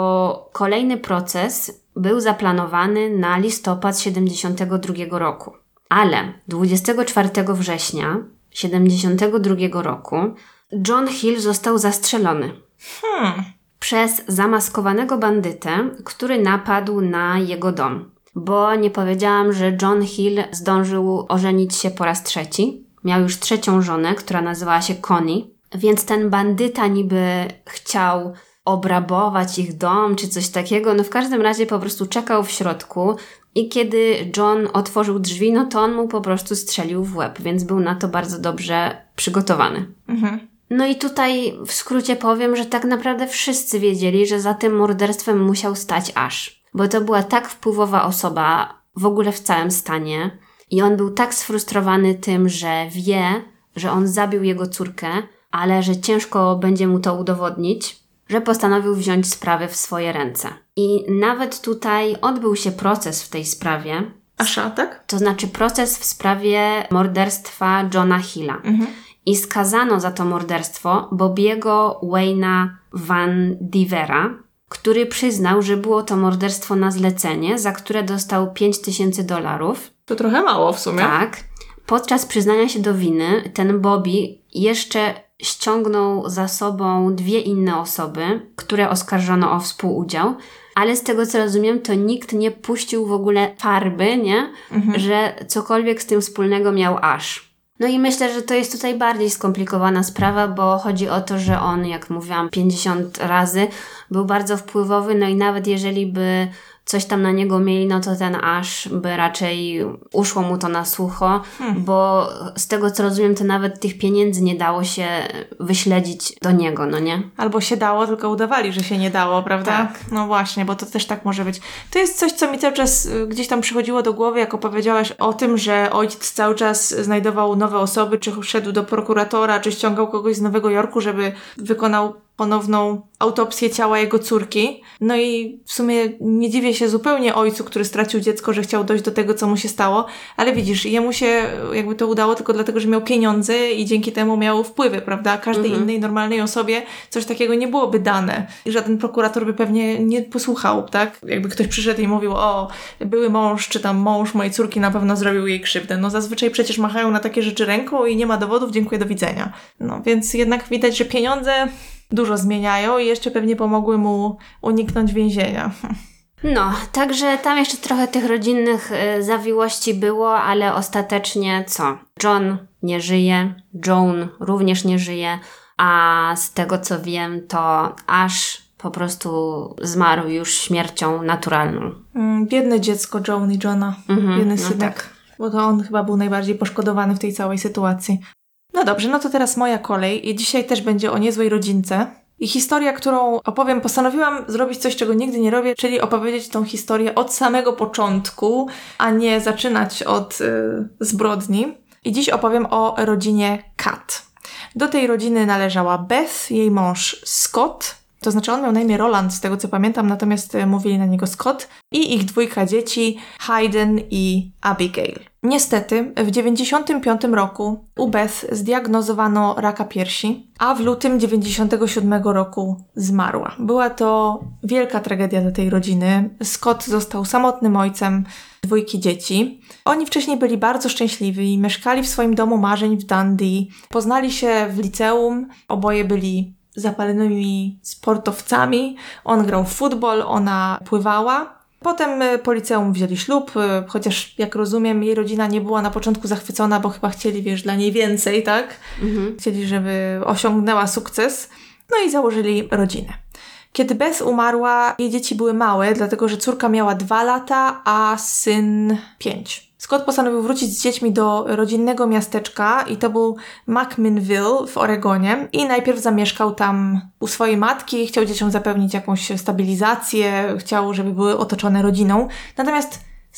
Bo kolejny proces był zaplanowany na listopad siedemdziesiątego drugiego roku. Ale dwudziestego czwartego września siedemdziesiątego drugiego roku John Hill został zastrzelony. Hmm. Przez zamaskowanego bandytę, który napadł na jego dom. Bo nie powiedziałam, że John Hill zdążył ożenić się po raz trzeci. Miał już trzecią żonę, która nazywała się Connie. Więc ten bandyta niby chciał obrabować ich dom, czy coś takiego. No w każdym razie po prostu czekał w środku i kiedy John otworzył drzwi, no to on mu po prostu strzelił w łeb, więc był na to bardzo dobrze przygotowany. Mhm. No i tutaj w skrócie powiem, że tak naprawdę wszyscy wiedzieli, że za tym morderstwem musiał stać Ash. Bo to była tak wpływowa osoba w ogóle w całym stanie i on był tak sfrustrowany tym, że wie, że on zabił jego córkę, ale że ciężko będzie mu to udowodnić, że postanowił wziąć sprawę w swoje ręce. I nawet tutaj odbył się proces w tej sprawie. Asha, tak? To znaczy proces w sprawie morderstwa Johna Hilla. Mhm. I skazano za to morderstwo Bobiego Wayne'a Van Divera, który przyznał, że było to morderstwo na zlecenie, za które dostał pięć tysięcy dolarów. To trochę mało w sumie. Tak. Podczas przyznania się do winy ten Bobby jeszcze ściągnął za sobą dwie inne osoby, które oskarżono o współudział, ale z tego co rozumiem, to nikt nie puścił w ogóle farby, nie? Mhm. Że cokolwiek z tym wspólnego miał Ash. No i myślę, że to jest tutaj bardziej skomplikowana sprawa, bo chodzi o to, że on, jak mówiłam, pięćdziesiąt razy był bardzo wpływowy, no i nawet jeżeli by coś tam na niego mieli, no to ten Ash by raczej uszło mu to na sucho, hmm. bo z tego co rozumiem, to nawet tych pieniędzy nie dało się wyśledzić do niego, no nie? Albo się dało, tylko udawali, że się nie dało, prawda? Tak. No właśnie, bo to też tak może być. To jest coś, co mi cały czas gdzieś tam przychodziło do głowy, jak opowiedziałaś o tym, że ojciec cały czas znajdował nowe osoby, czy szedł do prokuratora, czy ściągał kogoś z Nowego Jorku, żeby wykonał ponowną autopsję ciała jego córki. No i w sumie nie dziwię się zupełnie ojcu, który stracił dziecko, że chciał dojść do tego, co mu się stało, ale widzisz, jemu się jakby to udało tylko dlatego, że miał pieniądze i dzięki temu miał wpływy, prawda? Każdej mhm. innej normalnej osobie coś takiego nie byłoby dane. I żaden prokurator by pewnie nie posłuchał, tak? Jakby ktoś przyszedł i mówił, o, były mąż, czy tam mąż mojej córki na pewno zrobił jej krzywdę. No zazwyczaj przecież machają na takie rzeczy ręką i nie ma dowodów, dziękuję, do widzenia. No więc jednak widać, że pieniądze dużo zmieniają i jeszcze pewnie pomogły mu uniknąć więzienia. No, także tam jeszcze trochę tych rodzinnych y, zawiłości było, ale ostatecznie co? John nie żyje, Joan również nie żyje, a z tego co wiem, to Ash po prostu zmarł już śmiercią naturalną. Mm, biedne dziecko Joan i Johna. Mhm, biedny no synek. Tak. Bo to on chyba był najbardziej poszkodowany w tej całej sytuacji. No dobrze, no to teraz moja kolej i dzisiaj też będzie o niezłej rodzince. I historia, którą opowiem, postanowiłam zrobić coś, czego nigdy nie robię, czyli opowiedzieć tą historię od samego początku, a nie zaczynać od yy, zbrodni. I dziś opowiem o rodzinie Kat. Do tej rodziny należała Beth, jej mąż Scott, to znaczy on miał na imię Roland, z tego co pamiętam, natomiast mówili na niego Scott, i ich dwójka dzieci, Hayden i Abigail. Niestety, w dziewięćdziesiątym piątym roku u Beth zdiagnozowano raka piersi, a w lutym dziewięćdziesiątego siódmego roku zmarła. Była to wielka tragedia dla tej rodziny. Scott został samotnym ojcem dwójki dzieci. Oni wcześniej byli bardzo szczęśliwi, mieszkali w swoim domu marzeń w Dundee, poznali się w liceum, oboje byli zapalonymi sportowcami. On grał w futbol, ona pływała. Potem po liceum wzięli ślub, chociaż jak rozumiem, jej rodzina nie była na początku zachwycona, bo chyba chcieli, wiesz, dla niej więcej, tak? Mhm. Chcieli, żeby osiągnęła sukces. No i założyli rodzinę. Kiedy Beth umarła, jej dzieci były małe, dlatego że córka miała dwa lata, a syn pięć. Scott postanowił wrócić z dziećmi do rodzinnego miasteczka i to był McMinnville w Oregonie i najpierw zamieszkał tam u swojej matki, chciał dzieciom zapewnić jakąś stabilizację, chciał, żeby były otoczone rodziną. Natomiast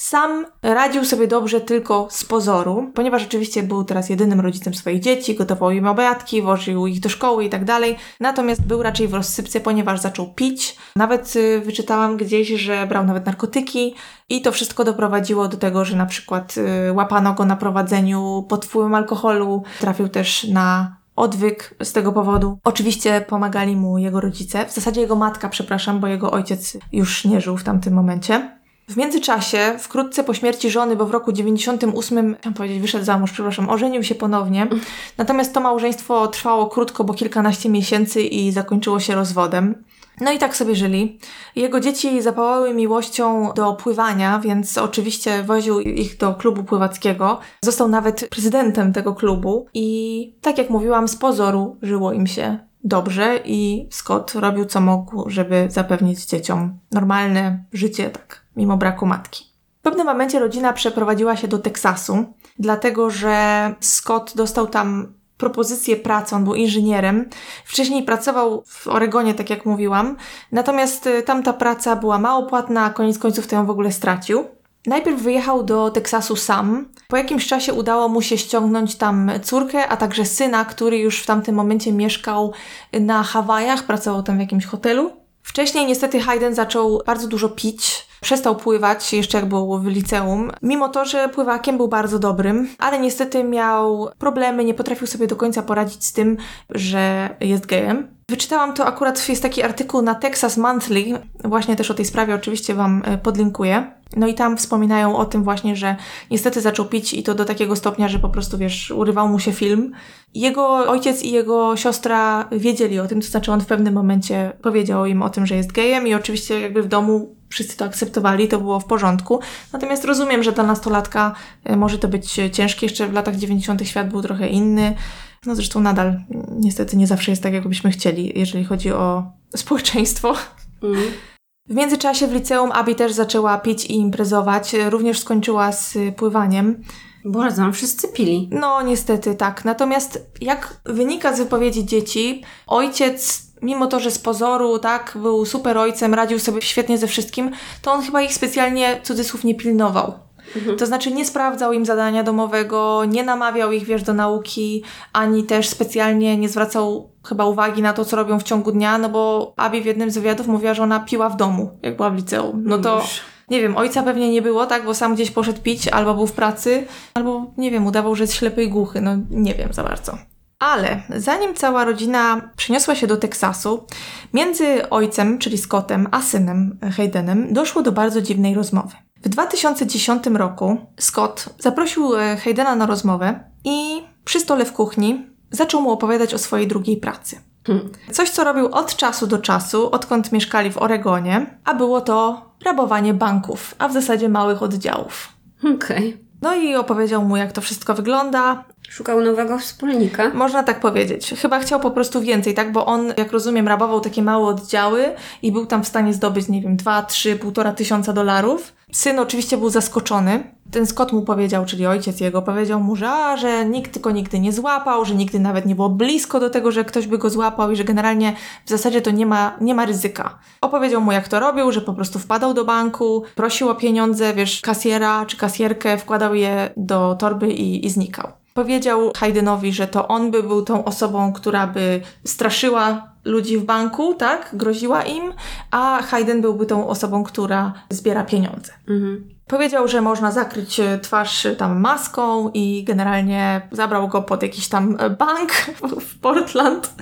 sam radził sobie dobrze tylko z pozoru, ponieważ oczywiście był teraz jedynym rodzicem swoich dzieci, gotował im obiadki, woził ich do szkoły i tak dalej. Natomiast był raczej w rozsypce, ponieważ zaczął pić. Nawet y, wyczytałam gdzieś, że brał nawet narkotyki i to wszystko doprowadziło do tego, że na przykład y, łapano go na prowadzeniu pod wpływem alkoholu. Trafił też na odwyk z tego powodu. Oczywiście pomagali mu jego rodzice. W zasadzie jego matka, przepraszam, bo jego ojciec już nie żył w tamtym momencie. W międzyczasie, wkrótce po śmierci żony, bo w roku dziewięćdziesiątym ósmym, chciałam powiedzieć, wyszedł za mąż, przepraszam, ożenił się ponownie. Natomiast to małżeństwo trwało krótko, bo kilkanaście miesięcy i zakończyło się rozwodem. No i tak sobie żyli. Jego dzieci zapałały miłością do pływania, więc oczywiście woził ich do klubu pływackiego. Został nawet prezydentem tego klubu i tak jak mówiłam, z pozoru żyło im się dobrze i Scott robił co mógł, żeby zapewnić dzieciom normalne życie, tak, mimo braku matki. W pewnym momencie rodzina przeprowadziła się do Teksasu, dlatego że Scott dostał tam propozycję pracy, on był inżynierem. Wcześniej pracował w Oregonie, tak jak mówiłam, natomiast tamta praca była mało płatna, a koniec końców to ją w ogóle stracił. Najpierw wyjechał do Teksasu sam. Po jakimś czasie udało mu się ściągnąć tam córkę, a także syna, który już w tamtym momencie mieszkał na Hawajach, pracował tam w jakimś hotelu. Wcześniej niestety Hayden zaczął bardzo dużo pić, przestał pływać jeszcze jak był w liceum, mimo to, że pływakiem był bardzo dobrym, ale niestety miał problemy, nie potrafił sobie do końca poradzić z tym, że jest gejem. Wyczytałam to akurat, jest taki artykuł na Texas Monthly, właśnie też o tej sprawie oczywiście Wam podlinkuję. No i tam wspominają o tym właśnie, że niestety zaczął pić i to do takiego stopnia, że po prostu, wiesz, urywał mu się film. Jego ojciec i jego siostra wiedzieli o tym, to znaczy on w pewnym momencie powiedział im o tym, że jest gejem i oczywiście jakby w domu wszyscy to akceptowali, to było w porządku. Natomiast rozumiem, że dla nastolatka może to być ciężkie, jeszcze w latach dziewięćdziesiątych świat był trochę inny. No zresztą nadal niestety nie zawsze jest tak, jakbyśmy chcieli, jeżeli chodzi o społeczeństwo. Mm. W międzyczasie w liceum Abby też zaczęła pić i imprezować. Również skończyła z pływaniem. Bardzo, wszyscy pili. No niestety tak. Natomiast jak wynika z wypowiedzi dzieci, ojciec, mimo to, że z pozoru tak był super ojcem, radził sobie świetnie ze wszystkim, to on chyba ich specjalnie, cudzysłów, nie pilnował. Mhm. To znaczy nie sprawdzał im zadania domowego, nie namawiał ich, wiesz, do nauki, ani też specjalnie nie zwracał chyba uwagi na to, co robią w ciągu dnia, no bo Abby w jednym z wywiadów mówiła, że ona piła w domu, jak była w liceum. No to, nie wiem, ojca pewnie nie było, tak, bo sam gdzieś poszedł pić, albo był w pracy, albo, nie wiem, udawał, że jest ślepy i głuchy, no nie wiem za bardzo. Ale zanim cała rodzina przeniosła się do Teksasu, między ojcem, czyli Scottem, a synem Haydenem doszło do bardzo dziwnej rozmowy. W dwa tysiące dziesiątym roku Scott zaprosił Haydena na rozmowę i przy stole w kuchni zaczął mu opowiadać o swojej drugiej pracy. Hmm. Coś, co robił od czasu do czasu, odkąd mieszkali w Oregonie, a było to rabowanie banków, a w zasadzie małych oddziałów. Okej. Okay. No i opowiedział mu, jak to wszystko wygląda. Szukał nowego wspólnika. Można tak powiedzieć. Chyba chciał po prostu więcej, tak? Bo on, jak rozumiem, rabował takie małe oddziały i był tam w stanie zdobyć, nie wiem, dwa, trzy, półtora tysiąca dolarów. Syn oczywiście był zaskoczony. Ten Scott mu powiedział, czyli ojciec jego, powiedział mu, że, a, że nikt go nigdy nie złapał, że nigdy nawet nie było blisko do tego, że ktoś by go złapał i że generalnie w zasadzie to nie ma, nie ma ryzyka. Opowiedział mu, jak to robił, że po prostu wpadał do banku, prosił o pieniądze, wiesz, kasjera czy kasjerkę, wkładał je do torby i, i znikał. Powiedział Haydenowi, że to on by był tą osobą, która by straszyła ludzi w banku, tak? Groziła im, a Hayden byłby tą osobą, która zbiera pieniądze. Mhm. Powiedział, że można zakryć twarz tam maską i generalnie zabrał go pod jakiś tam bank w Portland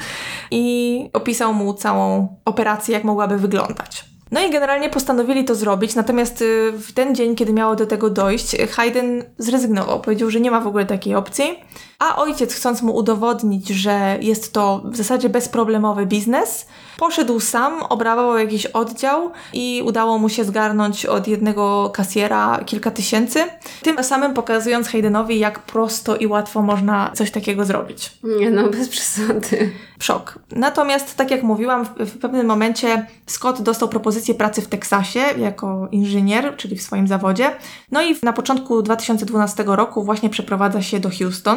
i opisał mu całą operację, jak mogłaby wyglądać. No i generalnie postanowili to zrobić, natomiast w ten dzień, kiedy miało do tego dojść, Hayden zrezygnował. Powiedział, że nie ma w ogóle takiej opcji, a ojciec, chcąc mu udowodnić, że jest to w zasadzie bezproblemowy biznes, poszedł sam, obrabował jakiś oddział i udało mu się zgarnąć od jednego kasjera kilka tysięcy, tym samym pokazując Haydenowi, jak prosto i łatwo można coś takiego zrobić. Nie no, bez przesady. Szok. Natomiast, tak jak mówiłam, w, w pewnym momencie Scott dostał propozycję pracy w Teksasie jako inżynier, czyli w swoim zawodzie. No i na początku dwa tysiące dwunastego roku właśnie przeprowadza się do Houston.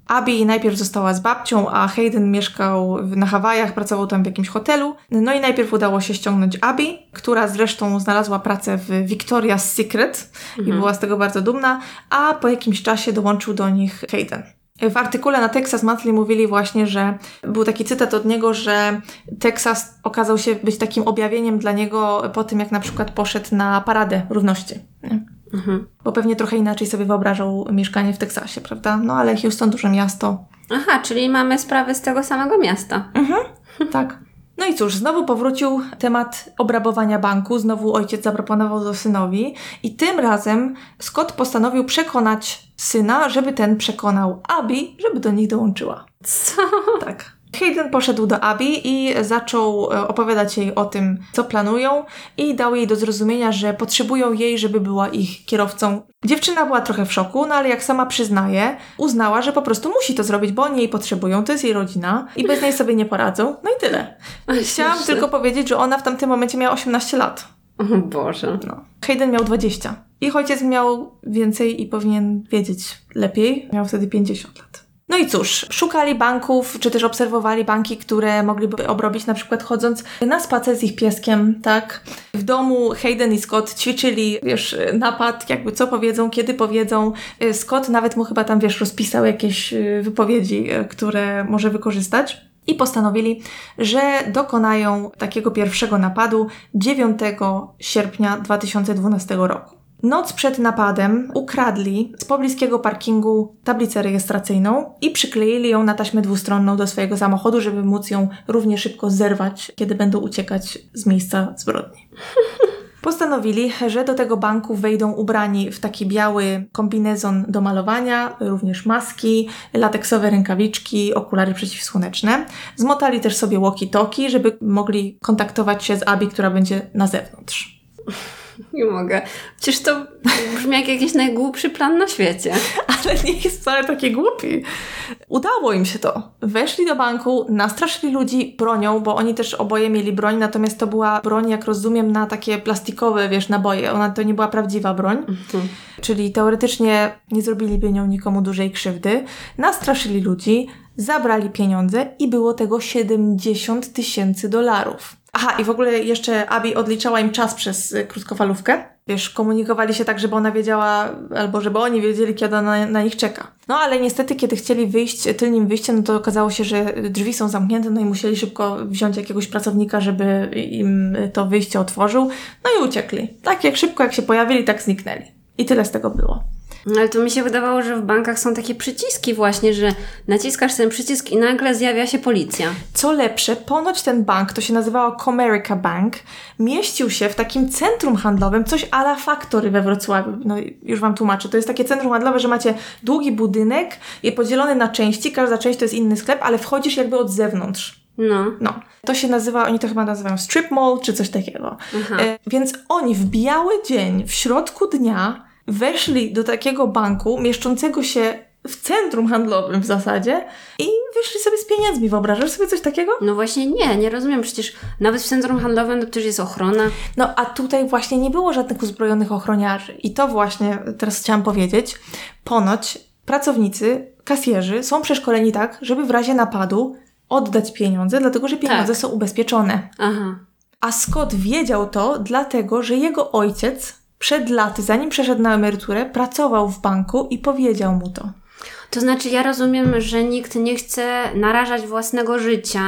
Abby najpierw została z babcią, a Hayden mieszkał na Hawajach, pracował tam w jakimś hotelu. No i najpierw udało się ściągnąć Abby, która zresztą znalazła pracę w Victoria's Secret mhm. i była z tego bardzo dumna, a po jakimś czasie dołączył do nich Hayden. W artykule na Texas Monthly mówili właśnie, że był taki cytat od niego, że Teksas okazał się być takim objawieniem dla niego po tym, jak na przykład poszedł na Paradę Równości. Nie? Mhm. Bo pewnie trochę inaczej sobie wyobrażał mieszkanie w Teksasie, prawda? No ale Houston duże miasto. Aha, czyli mamy sprawy z tego samego miasta. Mhm, tak. No i cóż, znowu powrócił temat obrabowania banku, znowu ojciec zaproponował to synowi i tym razem Scott postanowił przekonać syna, żeby ten przekonał Abby, żeby do nich dołączyła. Co? Tak. Hayden poszedł do Abby i zaczął opowiadać jej o tym, co planują i dał jej do zrozumienia, że potrzebują jej, żeby była ich kierowcą. Dziewczyna była trochę w szoku, no ale jak sama przyznaje, uznała, że po prostu musi to zrobić, bo oni jej potrzebują, to jest jej rodzina i bez niej sobie nie poradzą. No i tyle. Chciałam tylko powiedzieć, że ona w tamtym momencie miała osiemnaście lat. O Boże. No. Hayden miał dwadzieścia. Ich ojciec miał więcej i powinien wiedzieć lepiej. Miał wtedy pięćdziesiąt lat. No i cóż, szukali banków, czy też obserwowali banki, które mogliby obrobić, na przykład chodząc na spacer z ich pieskiem, tak? W domu Hayden i Scott ćwiczyli, wiesz, napad, jakby co powiedzą, kiedy powiedzą. Scott nawet mu chyba tam, wiesz, rozpisał jakieś wypowiedzi, które może wykorzystać. I postanowili, że dokonają takiego pierwszego napadu dziewiątego sierpnia dwa tysiące dwunastego roku. Noc przed napadem ukradli z pobliskiego parkingu tablicę rejestracyjną i przykleili ją na taśmę dwustronną do swojego samochodu, żeby móc ją równie szybko zerwać, kiedy będą uciekać z miejsca zbrodni. Postanowili, że do tego banku wejdą ubrani w taki biały kombinezon do malowania, również maski, lateksowe rękawiczki, okulary przeciwsłoneczne. Zmotali też sobie walkie-talkie, żeby mogli kontaktować się z Abby, która będzie na zewnątrz. Nie mogę. Przecież to brzmi jak jakiś najgłupszy plan na świecie. Ale nie jest wcale taki głupi. Udało im się to. Weszli do banku, nastraszyli ludzi bronią, bo oni też oboje mieli broń, natomiast to była broń, jak rozumiem, na takie plastikowe, wiesz, naboje. Ona to nie była prawdziwa broń. Mhm. Czyli teoretycznie nie zrobiliby nią nikomu dużej krzywdy. Nastraszyli ludzi, zabrali pieniądze i było tego siedemdziesiąt tysięcy dolarów. Aha, i w ogóle jeszcze Abby odliczała im czas przez y, krótkofalówkę. Wiesz, komunikowali się tak, żeby ona wiedziała, albo żeby oni wiedzieli, kiedy ona na nich czeka. No ale niestety, kiedy chcieli wyjść tylnym wyjściem, no to okazało się, że drzwi są zamknięte, no i musieli szybko wziąć jakiegoś pracownika, żeby im to wyjście otworzył. No i uciekli. Tak jak szybko, jak się pojawili, tak zniknęli. I tyle z tego było. Ale to mi się wydawało, że w bankach są takie przyciski właśnie, że naciskasz ten przycisk i nagle zjawia się policja. Co lepsze, ponoć ten bank, to się nazywało Comerica Bank, mieścił się w takim centrum handlowym, coś a la Factory we Wrocławiu. No już wam tłumaczę. To jest takie centrum handlowe, że macie długi budynek, jest podzielony na części, każda część to jest inny sklep, ale wchodzisz jakby od zewnątrz. No. No. To się nazywa, oni to chyba nazywają strip mall, czy coś takiego. E, więc oni w biały dzień, w środku dnia weszli do takiego banku mieszczącego się w centrum handlowym w zasadzie i wyszli sobie z pieniędzmi. Wyobrażasz sobie coś takiego? No właśnie nie, nie rozumiem. Przecież nawet w centrum handlowym to przecież jest ochrona. No a tutaj właśnie nie było żadnych uzbrojonych ochroniarzy. I to właśnie teraz chciałam powiedzieć. Ponoć pracownicy, kasjerzy są przeszkoleni tak, żeby w razie napadu oddać pieniądze, dlatego że pieniądze tak. są ubezpieczone. Aha. A Scott wiedział to dlatego, że jego ojciec przed laty, zanim przeszedł na emeryturę, pracował w banku i powiedział mu to. To znaczy ja rozumiem, że nikt nie chce narażać własnego życia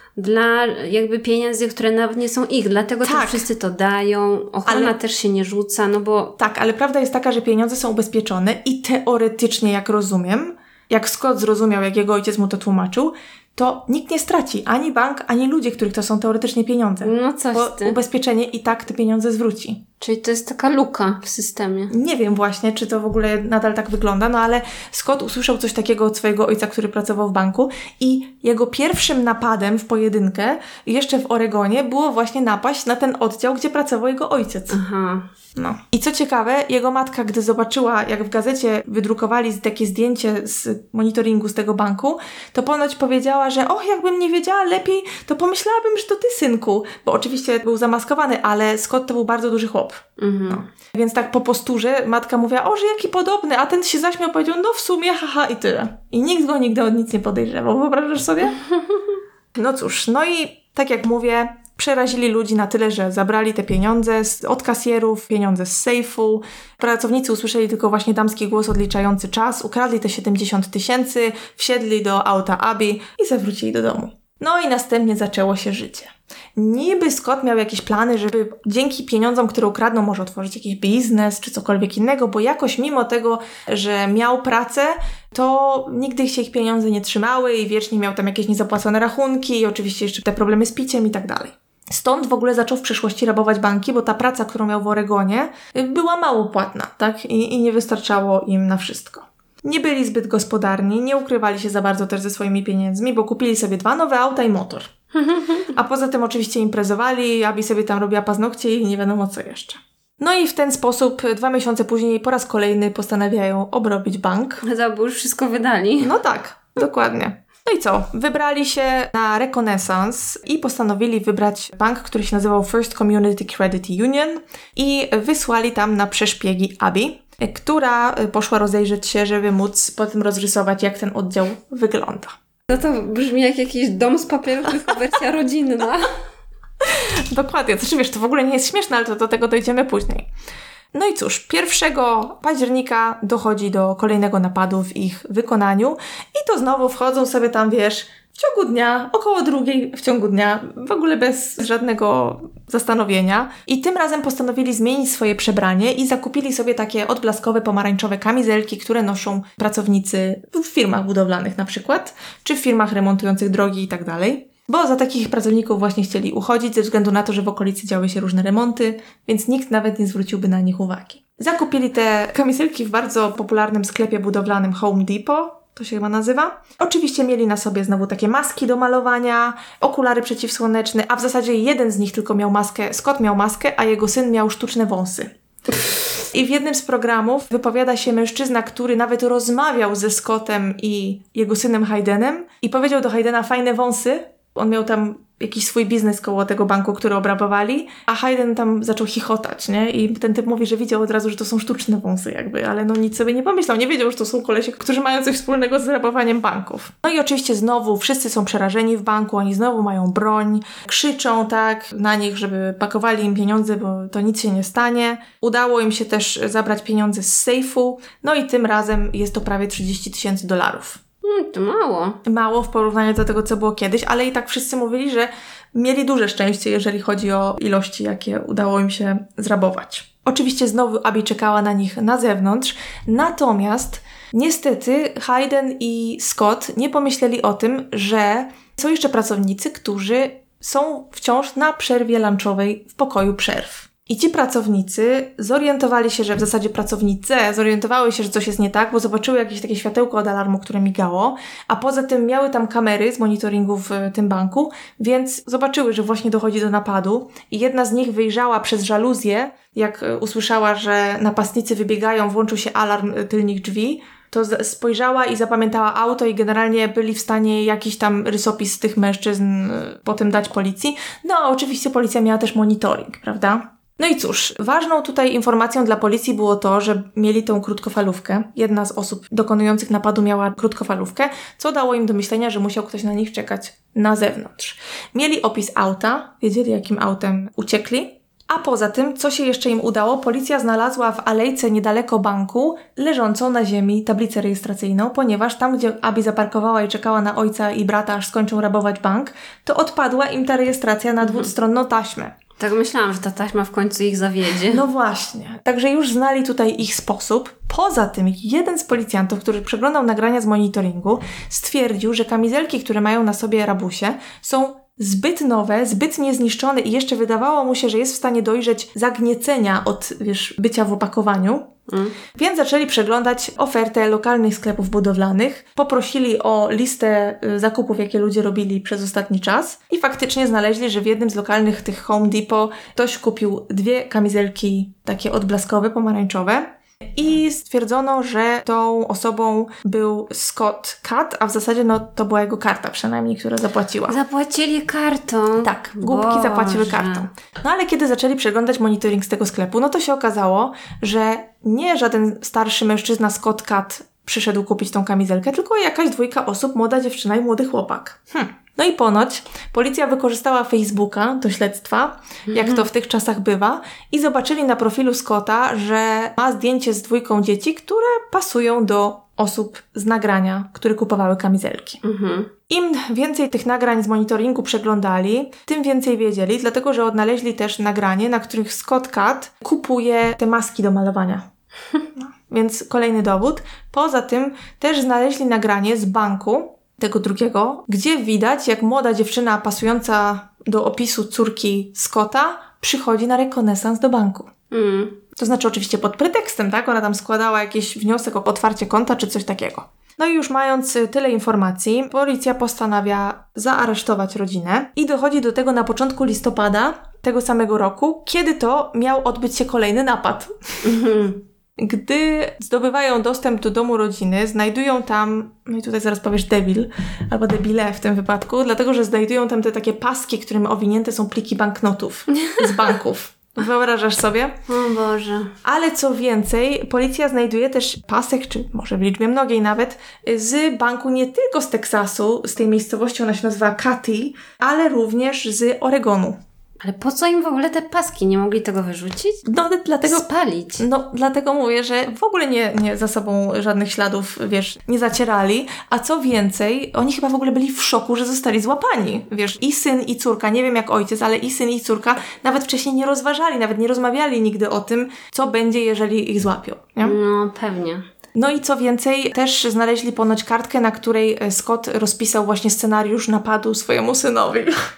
dla jakby pieniędzy, które nawet nie są ich. Dlatego tak. też wszyscy to dają. Ochrona ale... też się nie rzuca, no bo... Tak, ale prawda jest taka, że pieniądze są ubezpieczone i teoretycznie, jak rozumiem, jak Scott zrozumiał, jak jego ojciec mu to tłumaczył, to nikt nie straci. Ani bank, ani ludzie, których to są teoretycznie pieniądze. No coś bo ty. Ubezpieczenie i tak te pieniądze zwróci. Czyli to jest taka luka w systemie. Nie wiem właśnie, czy to w ogóle nadal tak wygląda, no ale Scott usłyszał coś takiego od swojego ojca, który pracował w banku i jego pierwszym napadem w pojedynkę, jeszcze w Oregonie, było właśnie napaść na ten oddział, gdzie pracował jego ojciec. Aha. No. I co ciekawe, jego matka, gdy zobaczyła, jak w gazecie wydrukowali takie zdjęcie z monitoringu z tego banku, to ponoć powiedziała, że och, jakbym nie wiedziała lepiej, to pomyślałabym, że to ty, synku. Bo oczywiście był zamaskowany, ale Scott to był bardzo duży chłop. Bob. Mhm. No. Więc tak po posturze matka mówiła, o, że jaki podobny, a ten się zaśmiał, powiedział, no w sumie, haha i tyle. I nikt go nigdy o nic nie podejrzewał, wyobrażasz sobie? No cóż, no i tak jak mówię, przerazili ludzi na tyle, że zabrali te pieniądze z, od kasjerów, pieniądze z sejfu. Pracownicy usłyszeli tylko właśnie damski głos odliczający czas, ukradli te siedemdziesiąt tysięcy, wsiedli do auta Abby i zawrócili do domu. No i następnie zaczęło się życie. Niby Scott miał jakieś plany, żeby dzięki pieniądzom, które ukradną, może otworzyć jakiś biznes czy cokolwiek innego, bo jakoś mimo tego, że miał pracę, to nigdy się ich pieniądze nie trzymały i wiecznie miał tam jakieś niezapłacone rachunki i oczywiście jeszcze te problemy z piciem i tak dalej. Stąd w ogóle zaczął w przyszłości rabować banki, bo ta praca, którą miał w Oregonie, była mało płatna, tak? I, i nie wystarczało im na wszystko. Nie byli zbyt gospodarni, nie ukrywali się za bardzo też ze swoimi pieniędzmi, bo kupili sobie dwa nowe auta i motor. A poza tym oczywiście imprezowali, Abby sobie tam robiła paznokcie i nie wiadomo co jeszcze. No i w ten sposób dwa miesiące później po raz kolejny postanawiają obrobić bank. Bo już wszystko wydali. No tak, dokładnie. No i co? Wybrali się na Reconnaissance i postanowili wybrać bank, który się nazywał First Community Credit Union i wysłali tam na przeszpiegi Abby, która poszła rozejrzeć się, żeby móc potem rozrysować, jak ten oddział wygląda. No to brzmi jak jakiś dom z papieru, tylko wersja rodzinna. Dokładnie. Znaczy wiesz, to w ogóle nie jest śmieszne, ale to do tego dojdziemy później. No i cóż, pierwszego października dochodzi do kolejnego napadu w ich wykonaniu i to znowu wchodzą sobie tam, wiesz, w ciągu dnia, około drugiej w ciągu dnia, w ogóle bez żadnego zastanowienia. I tym razem postanowili zmienić swoje przebranie i zakupili sobie takie odblaskowe, pomarańczowe kamizelki, które noszą pracownicy w firmach budowlanych na przykład, czy w firmach remontujących drogi i tak dalej. Bo za takich pracowników właśnie chcieli uchodzić ze względu na to, że w okolicy działy się różne remonty, więc nikt nawet nie zwróciłby na nich uwagi. Zakupili te kamizelki w bardzo popularnym sklepie budowlanym Home Depot, to się chyba nazywa. Oczywiście mieli na sobie znowu takie maski do malowania, okulary przeciwsłoneczne, a w zasadzie jeden z nich tylko miał maskę, Scott miał maskę, a jego syn miał sztuczne wąsy. I w jednym z programów wypowiada się mężczyzna, który nawet rozmawiał ze Scottem i jego synem Haydenem i powiedział do Haydena fajne wąsy. On miał tam jakiś swój biznes koło tego banku, który obrabowali, a Hayden tam zaczął chichotać, nie? I ten typ mówi, że widział od razu, że to są sztuczne wąsy jakby, ale no nic sobie nie pomyślał, nie wiedział, że to są kolesie, którzy mają coś wspólnego z rabowaniem banków. No i oczywiście znowu wszyscy są przerażeni w banku, oni znowu mają broń, krzyczą tak na nich, żeby pakowali im pieniądze, bo to nic się nie stanie. Udało im się też zabrać pieniądze z sejfu, no i tym razem jest to prawie trzydzieści tysięcy dolarów. Hmm, to mało. Mało w porównaniu do tego, co było kiedyś, ale i tak wszyscy mówili, że mieli duże szczęście, jeżeli chodzi o ilości, jakie udało im się zrabować. Oczywiście znowu Abby czekała na nich na zewnątrz, natomiast niestety Hayden i Scott nie pomyśleli o tym, że są jeszcze pracownicy, którzy są wciąż na przerwie lunchowej w pokoju przerw. I ci pracownicy zorientowali się, że w zasadzie pracownice zorientowały się, że coś jest nie tak, bo zobaczyły jakieś takie światełko od alarmu, które migało, a poza tym miały tam kamery z monitoringu w tym banku, więc zobaczyły, że właśnie dochodzi do napadu i jedna z nich wyjrzała przez żaluzję, jak usłyszała, że napastnicy wybiegają, włączył się alarm tylnych drzwi, to spojrzała i zapamiętała auto i generalnie byli w stanie jakiś tam rysopis tych mężczyzn potem dać policji. No a oczywiście policja miała też monitoring, prawda? No i cóż, ważną tutaj informacją dla policji było to, że mieli tą krótkofalówkę. Jedna z osób dokonujących napadu miała krótkofalówkę, co dało im do myślenia, że musiał ktoś na nich czekać na zewnątrz. Mieli opis auta, wiedzieli jakim autem uciekli, a poza tym, co się jeszcze im udało, policja znalazła w alejce niedaleko banku leżącą na ziemi tablicę rejestracyjną, ponieważ tam, gdzie Abby zaparkowała i czekała na ojca i brata, aż skończą rabować bank, to odpadła im ta rejestracja na dwustronną taśmę. Tak myślałam, że ta taśma w końcu ich zawiedzie. No właśnie. Także już znali tutaj ich sposób. Poza tym jeden z policjantów, który przeglądał nagrania z monitoringu, stwierdził, że kamizelki, które mają na sobie rabusie, są zbyt nowe, zbyt niezniszczone i jeszcze wydawało mu się, że jest w stanie dojrzeć zagniecenia od, wiesz, bycia w opakowaniu. Mm. Więc zaczęli przeglądać ofertę lokalnych sklepów budowlanych, poprosili o listę zakupów, jakie ludzie robili przez ostatni czas i faktycznie znaleźli, że w jednym z lokalnych tych Home Depot ktoś kupił dwie kamizelki takie odblaskowe, pomarańczowe i stwierdzono, że tą osobą był Scott Catt, a w zasadzie no to była jego karta przynajmniej, która zapłaciła. Zapłacili kartą? Tak, głupki zapłaciły kartą. No ale kiedy zaczęli przeglądać monitoring z tego sklepu, no to się okazało, że nie żaden starszy mężczyzna Scott Catt przyszedł kupić tą kamizelkę, tylko jakaś dwójka osób, młoda dziewczyna i młody chłopak. Hm. No i ponoć policja wykorzystała Facebooka do śledztwa, jak to w tych czasach bywa, i zobaczyli na profilu Scotta, że ma zdjęcie z dwójką dzieci, które pasują do osób z nagrania, które kupowały kamizelki. Mhm. Im więcej tych nagrań z monitoringu przeglądali, tym więcej wiedzieli, dlatego że odnaleźli też nagranie, na których Scott Catt kupuje te maski do malowania. No, więc kolejny dowód. Poza tym też znaleźli nagranie z banku, tego drugiego, gdzie widać, jak młoda dziewczyna pasująca do opisu córki Scotta przychodzi na rekonesans do banku. Mm. To znaczy oczywiście pod pretekstem, tak? Ona tam składała jakiś wniosek o otwarcie konta czy coś takiego. No i już mając tyle informacji, policja postanawia zaaresztować rodzinę i dochodzi do tego na początku listopada tego samego roku, kiedy to miał odbyć się kolejny napad. Mm-hmm. Gdy zdobywają dostęp do domu rodziny, znajdują tam, no i tutaj zaraz powiesz debil, albo debile w tym wypadku, dlatego że znajdują tam te takie paski, którymi owinięte są pliki banknotów z banków. Wyobrażasz sobie? O Boże. Ale co więcej, policja znajduje też pasek, czy może w liczbie mnogiej nawet, z banku nie tylko z Teksasu, z tej miejscowości, ona się nazywa Katy, ale również z Oregonu. Ale po co im w ogóle te paski? Nie mogli tego wyrzucić? No dlatego... Spalić. No dlatego mówię, że w ogóle nie, nie za sobą żadnych śladów, wiesz, nie zacierali. A co więcej, oni chyba w ogóle byli w szoku, że zostali złapani. Wiesz, i syn, i córka, nie wiem jak ojciec, ale i syn, i córka nawet wcześniej nie rozważali, nawet nie rozmawiali nigdy o tym, co będzie, jeżeli ich złapią. Nie? No pewnie. No i co więcej, też znaleźli ponoć kartkę, na której Scott rozpisał właśnie scenariusz napadu swojemu synowi.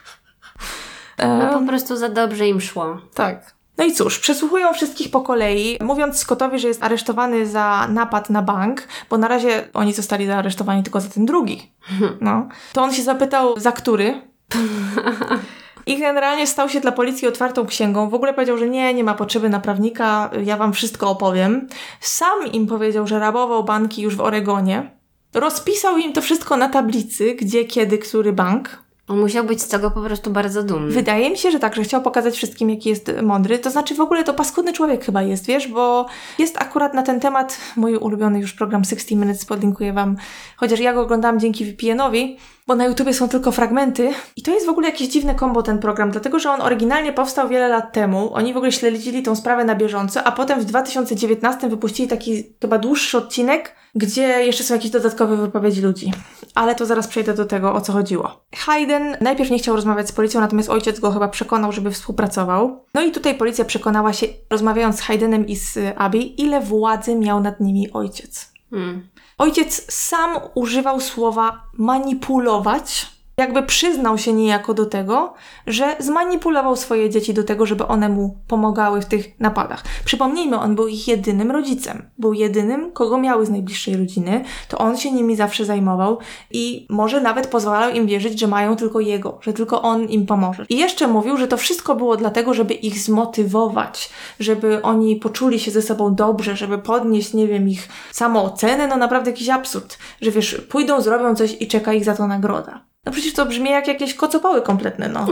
No po prostu za dobrze im szło. Tak. No i cóż, przesłuchują wszystkich po kolei, mówiąc Scottowi, że jest aresztowany za napad na bank, bo na razie oni zostali zaaresztowani tylko za ten drugi. No. To on się zapytał, za który? I generalnie stał się dla policji otwartą księgą. W ogóle powiedział, że nie, nie ma potrzeby na prawnika, ja wam wszystko opowiem. Sam im powiedział, że rabował banki już w Oregonie. Rozpisał im to wszystko na tablicy, gdzie, kiedy, który bank. On musiał być z tego po prostu bardzo dumny. Wydaje mi się, że tak, że chciał pokazać wszystkim, jaki jest mądry. To znaczy w ogóle to paskudny człowiek chyba jest, wiesz, bo jest akurat na ten temat mój ulubiony już program sixty minutes, podlinkuję wam, chociaż ja go oglądałam dzięki V P N-owi, bo na YouTubie są tylko fragmenty i to jest w ogóle jakieś dziwne kombo ten program, dlatego że on oryginalnie powstał wiele lat temu, oni w ogóle śledzili tą sprawę na bieżąco, a potem w dwa tysiące dziewiętnastym wypuścili taki chyba dłuższy odcinek, gdzie jeszcze są jakieś dodatkowe wypowiedzi ludzi. Ale to zaraz przejdę do tego, o co chodziło. Hayden najpierw nie chciał rozmawiać z policją, natomiast ojciec go chyba przekonał, żeby współpracował. No i tutaj policja przekonała się, rozmawiając z Haydenem i z Abby, ile władzy miał nad nimi ojciec. Hmm. Ojciec sam używał słowa manipulować, jakby przyznał się niejako do tego, że zmanipulował swoje dzieci do tego, żeby one mu pomagały w tych napadach. Przypomnijmy, on był ich jedynym rodzicem. Był jedynym, kogo miały z najbliższej rodziny, to on się nimi zawsze zajmował i może nawet pozwalał im wierzyć, że mają tylko jego, że tylko on im pomoże. I jeszcze mówił, że to wszystko było dlatego, żeby ich zmotywować, żeby oni poczuli się ze sobą dobrze, żeby podnieść, nie wiem, ich samoocenę, no naprawdę jakiś absurd, że wiesz, pójdą, zrobią coś i czeka ich za to nagroda. No przecież to brzmi jak jakieś kocopoły kompletne, no.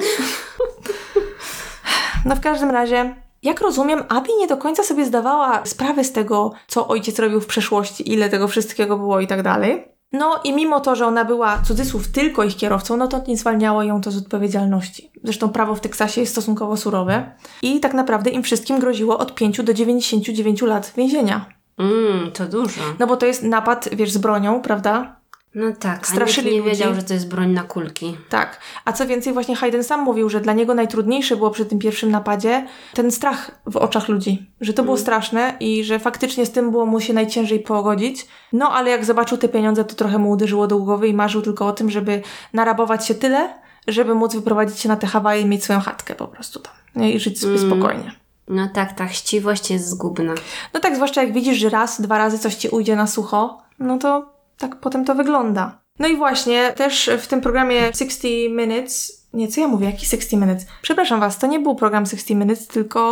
No w każdym razie, jak rozumiem, Abby nie do końca sobie zdawała sprawę z tego, co ojciec robił w przeszłości, ile tego wszystkiego było i tak dalej. No i mimo to, że ona była, cudzysłów, tylko ich kierowcą, no to nie zwalniało ją to z odpowiedzialności. Zresztą prawo w Teksasie jest stosunkowo surowe i tak naprawdę im wszystkim groziło od pięciu do dziewięćdziesięciu dziewięciu lat więzienia. Mm, to dużo. No bo to jest napad, wiesz, z bronią, prawda? No tak, straszyli a nikt nie ludzi. wiedział, że to jest broń na kulki. Tak. A co więcej, właśnie Hayden sam mówił, że dla niego najtrudniejsze było przy tym pierwszym napadzie ten strach w oczach ludzi. Że to było mm. straszne i że faktycznie z tym było mu się najciężej pogodzić. No ale jak zobaczył te pieniądze, to trochę mu uderzyło do głowy i marzył tylko o tym, żeby narabować się tyle, żeby móc wyprowadzić się na te Hawaje i mieć swoją chatkę po prostu tam. Nie? I żyć sobie mm. spokojnie. No tak, ta chciwość jest zgubna. No tak, zwłaszcza jak widzisz, że raz, dwa razy coś ci ujdzie na sucho, no to tak potem to wygląda. No i właśnie, też w tym programie sixty minutes... Nie, co ja mówię? Jaki sixty minutes? Przepraszam was, to nie był program sixty minutes, tylko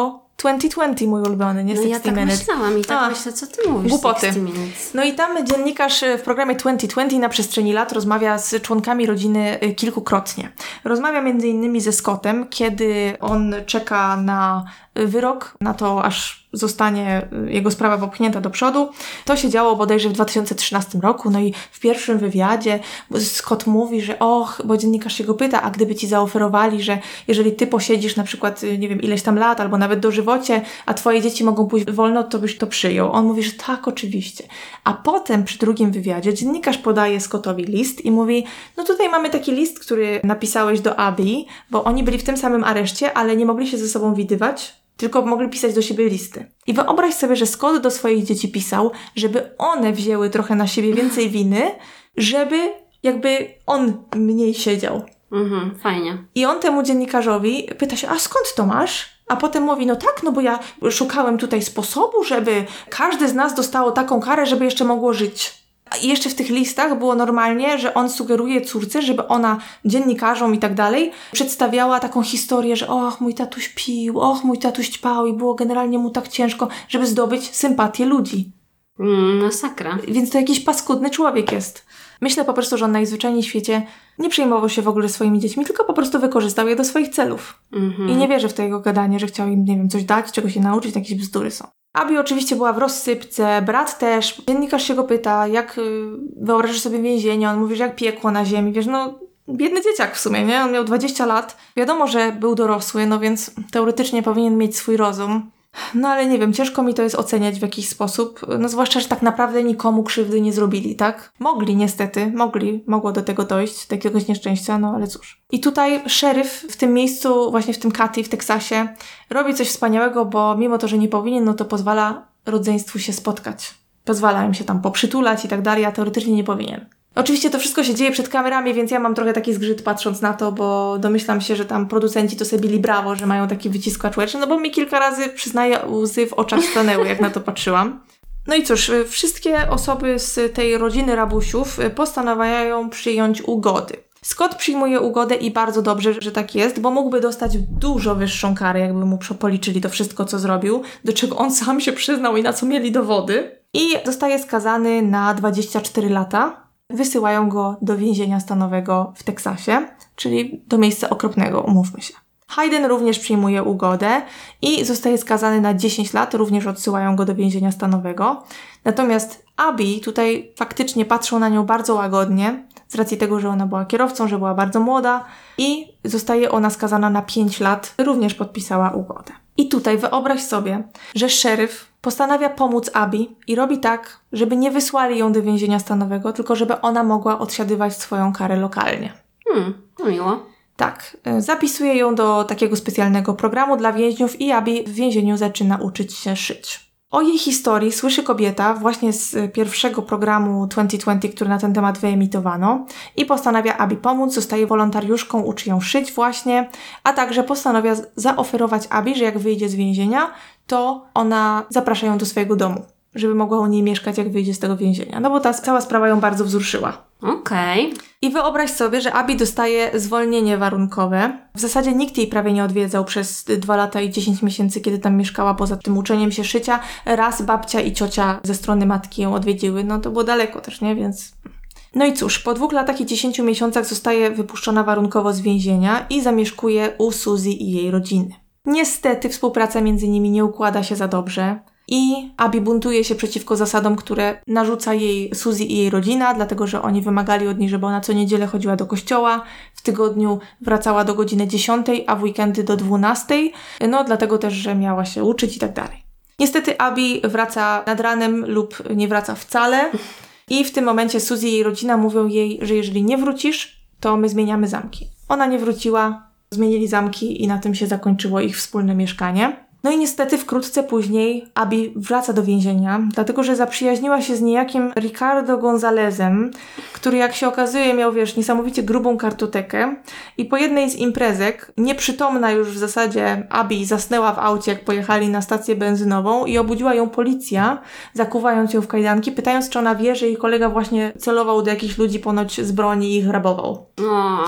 dwadzieścia dwadzieścia, mój ulubiony, nie no sixty ja tak Minutes. myślałam i tak A, myślę, co ty mówisz, głupoty. sixty Minutes. No i tam dziennikarz w programie dwadzieścia dwadzieścia na przestrzeni lat rozmawia z członkami rodziny kilkukrotnie. Rozmawia między innymi ze Scottem, kiedy on czeka na wyrok, na to aż zostanie jego sprawa popchnięta do przodu. To się działo bodajże w dwa tysiące trzynastym roku, no i w pierwszym wywiadzie Scott mówi, że och, bo dziennikarz się go pyta, a gdyby ci zaoferowali, że jeżeli ty posiedzisz na przykład, nie wiem, ileś tam lat, albo nawet dożywocie, a twoje dzieci mogą pójść wolno, to byś to przyjął. On mówi, że tak, oczywiście. A potem przy drugim wywiadzie dziennikarz podaje Scottowi list i mówi, no tutaj mamy taki list, który napisałeś do Abby, bo oni byli w tym samym areszcie, ale nie mogli się ze sobą widywać, tylko mogli pisać do siebie listy. I wyobraź sobie, że Scott do swoich dzieci pisał, żeby one wzięły trochę na siebie więcej winy, żeby jakby on mniej siedział. Mhm, fajnie. I on temu dziennikarzowi pyta się, a skąd to masz? A potem mówi, no tak, no bo ja szukałem tutaj sposobu, żeby każde z nas dostało taką karę, żeby jeszcze mogło żyć. I jeszcze w tych listach było normalnie, że on sugeruje córce, żeby ona dziennikarzom i tak dalej przedstawiała taką historię, że och, mój tatuś pił, och, mój tatuś ćpał i było generalnie mu tak ciężko, żeby zdobyć sympatię ludzi. Mm, masakra. Więc to jakiś paskudny człowiek jest. Myślę po prostu, że on najzwyczajniej w świecie nie przejmował się w ogóle swoimi dziećmi, tylko po prostu wykorzystał je do swoich celów. Mm-hmm. I nie wierzę w to jego gadanie, że chciał im, nie wiem, coś dać, czego się nauczyć, jakieś bzdury są. Abby oczywiście była w rozsypce, brat też. Dziennikarz się go pyta, jak yy, wyobrażasz sobie więzienie? On mówi, że jak piekło na ziemi. Wiesz, no biedny dzieciak w sumie, nie? On miał dwadzieścia lat. Wiadomo, że był dorosły, no więc teoretycznie powinien mieć swój rozum. No ale nie wiem, ciężko mi to jest oceniać w jakiś sposób, no zwłaszcza, że tak naprawdę nikomu krzywdy nie zrobili, tak? Mogli niestety, mogli, mogło do tego dojść, do jakiegoś nieszczęścia, no ale cóż. I tutaj szeryf w tym miejscu, właśnie w tym Katy, w Teksasie, robi coś wspaniałego, bo mimo to, że nie powinien, no to pozwala rodzeństwu się spotkać. Pozwala im się tam poprzytulać i tak dalej, a teoretycznie nie powinien. Oczywiście to wszystko się dzieje przed kamerami, więc ja mam trochę taki zgrzyt patrząc na to, bo domyślam się, że tam producenci to sobie bili brawo, że mają taki wyciskacz łeczny, no bo mi kilka razy, przyznaję, łzy w oczach stanęły, jak na to patrzyłam. No i cóż, wszystkie osoby z tej rodziny rabusiów postanawiają przyjąć ugody. Scott przyjmuje ugodę i bardzo dobrze, że tak jest, bo mógłby dostać dużo wyższą karę, jakby mu policzyli to wszystko, co zrobił, do czego on sam się przyznał i na co mieli dowody. I zostaje skazany na dwadzieścia cztery lata. Wysyłają go do więzienia stanowego w Teksasie, czyli do miejsca okropnego, umówmy się. Hayden również przyjmuje ugodę i zostaje skazany na dziesięć lat, również odsyłają go do więzienia stanowego. Natomiast Abby tutaj faktycznie patrzą na nią bardzo łagodnie, z racji tego, że ona była kierowcą, że była bardzo młoda i zostaje ona skazana na pięć lat, również podpisała ugodę. I tutaj wyobraź sobie, że szeryf postanawia pomóc Abby i robi tak, żeby nie wysłali ją do więzienia stanowego, tylko żeby ona mogła odsiadywać swoją karę lokalnie. Hmm, to miło. Tak, zapisuje ją do takiego specjalnego programu dla więźniów i Abby w więzieniu zaczyna uczyć się szyć. O jej historii słyszy kobieta właśnie z pierwszego programu dwadzieścia dwadzieścia, który na ten temat wyemitowano i postanawia Abby pomóc, zostaje wolontariuszką, uczy ją szyć właśnie, a także postanawia zaoferować Abby, że jak wyjdzie z więzienia, to ona zaprasza ją do swojego domu, żeby mogła u niej mieszkać, jak wyjdzie z tego więzienia. No bo ta cała sprawa ją bardzo wzruszyła. Okej. Okay. I wyobraź sobie, że Abby dostaje zwolnienie warunkowe. W zasadzie nikt jej prawie nie odwiedzał przez dwa lata i dziesięć miesięcy, kiedy tam mieszkała, poza tym uczeniem się szycia. Raz babcia i ciocia ze strony matki ją odwiedziły. No to było daleko też, nie? Więc... No i cóż, po dwóch latach i dziesięciu miesiącach zostaje wypuszczona warunkowo z więzienia i zamieszkuje u Suzy i jej rodziny. Niestety współpraca między nimi nie układa się za dobrze. I Abby buntuje się przeciwko zasadom, które narzuca jej Suzy i jej rodzina, dlatego że oni wymagali od niej, żeby ona co niedzielę chodziła do kościoła, w tygodniu wracała do godziny dziesiątej, a w weekendy do dwunastej, no dlatego też, że miała się uczyć i tak dalej. Niestety Abby wraca nad ranem lub nie wraca wcale i w tym momencie Suzy i jej rodzina mówią jej, że jeżeli nie wrócisz, to my zmieniamy zamki. Ona nie wróciła, zmienili zamki i na tym się zakończyło ich wspólne mieszkanie. No i niestety wkrótce później Abby wraca do więzienia, dlatego że zaprzyjaźniła się z niejakim Ricardo Gonzalezem, który jak się okazuje miał, wiesz, niesamowicie grubą kartotekę i po jednej z imprezek, nieprzytomna już w zasadzie Abby zasnęła w aucie, jak pojechali na stację benzynową i obudziła ją policja, zakuwając ją w kajdanki, pytając, czy ona wie, że jej kolega właśnie celował do jakichś ludzi ponoć z broni i ich rabował. O.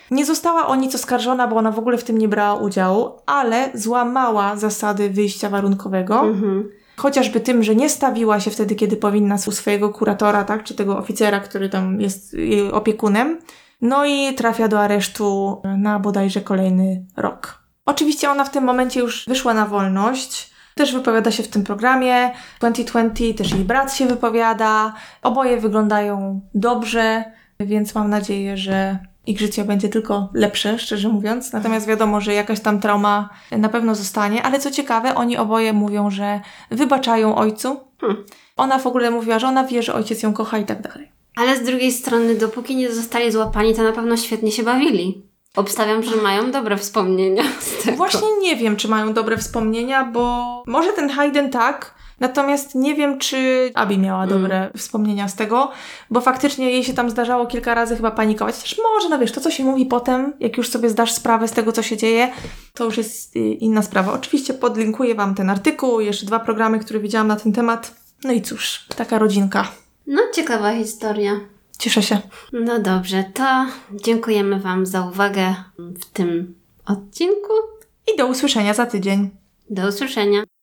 Nie została o nic oskarżona, bo ona w ogóle w tym nie brała udziału, ale złamała zasady wyjścia warunkowego. Mhm. Chociażby tym, że nie stawiła się wtedy, kiedy powinna u swojego kuratora, tak, czy tego oficera, który tam jest jej opiekunem. No i trafia do aresztu na bodajże kolejny rok. Oczywiście ona w tym momencie już wyszła na wolność. Też wypowiada się w tym programie. dwutysiące dwudziesty też jej brat się wypowiada. Oboje wyglądają dobrze, więc mam nadzieję, że ich życie będzie tylko lepsze, szczerze mówiąc. Natomiast wiadomo, że jakaś tam trauma na pewno zostanie. Ale co ciekawe, oni oboje mówią, że wybaczają ojcu. Hmm. Ona w ogóle mówiła, że ona wie, że ojciec ją kocha i tak dalej. Ale z drugiej strony, dopóki nie zostali złapani, to na pewno świetnie się bawili. Obstawiam, że mają dobre wspomnienia z tego. Właśnie nie wiem, czy mają dobre wspomnienia, bo może ten Hayden tak, natomiast nie wiem, czy Abby miała mm. dobre wspomnienia z tego, bo faktycznie jej się tam zdarzało kilka razy chyba panikować. Też może, no wiesz, to co się mówi potem, jak już sobie zdasz sprawę z tego, co się dzieje, to już jest inna sprawa. Oczywiście podlinkuję Wam ten artykuł, jeszcze dwa programy, które widziałam na ten temat. No i cóż, taka rodzinka. No, ciekawa historia. Cieszę się. No dobrze, to dziękujemy Wam za uwagę w tym odcinku. I do usłyszenia za tydzień. Do usłyszenia.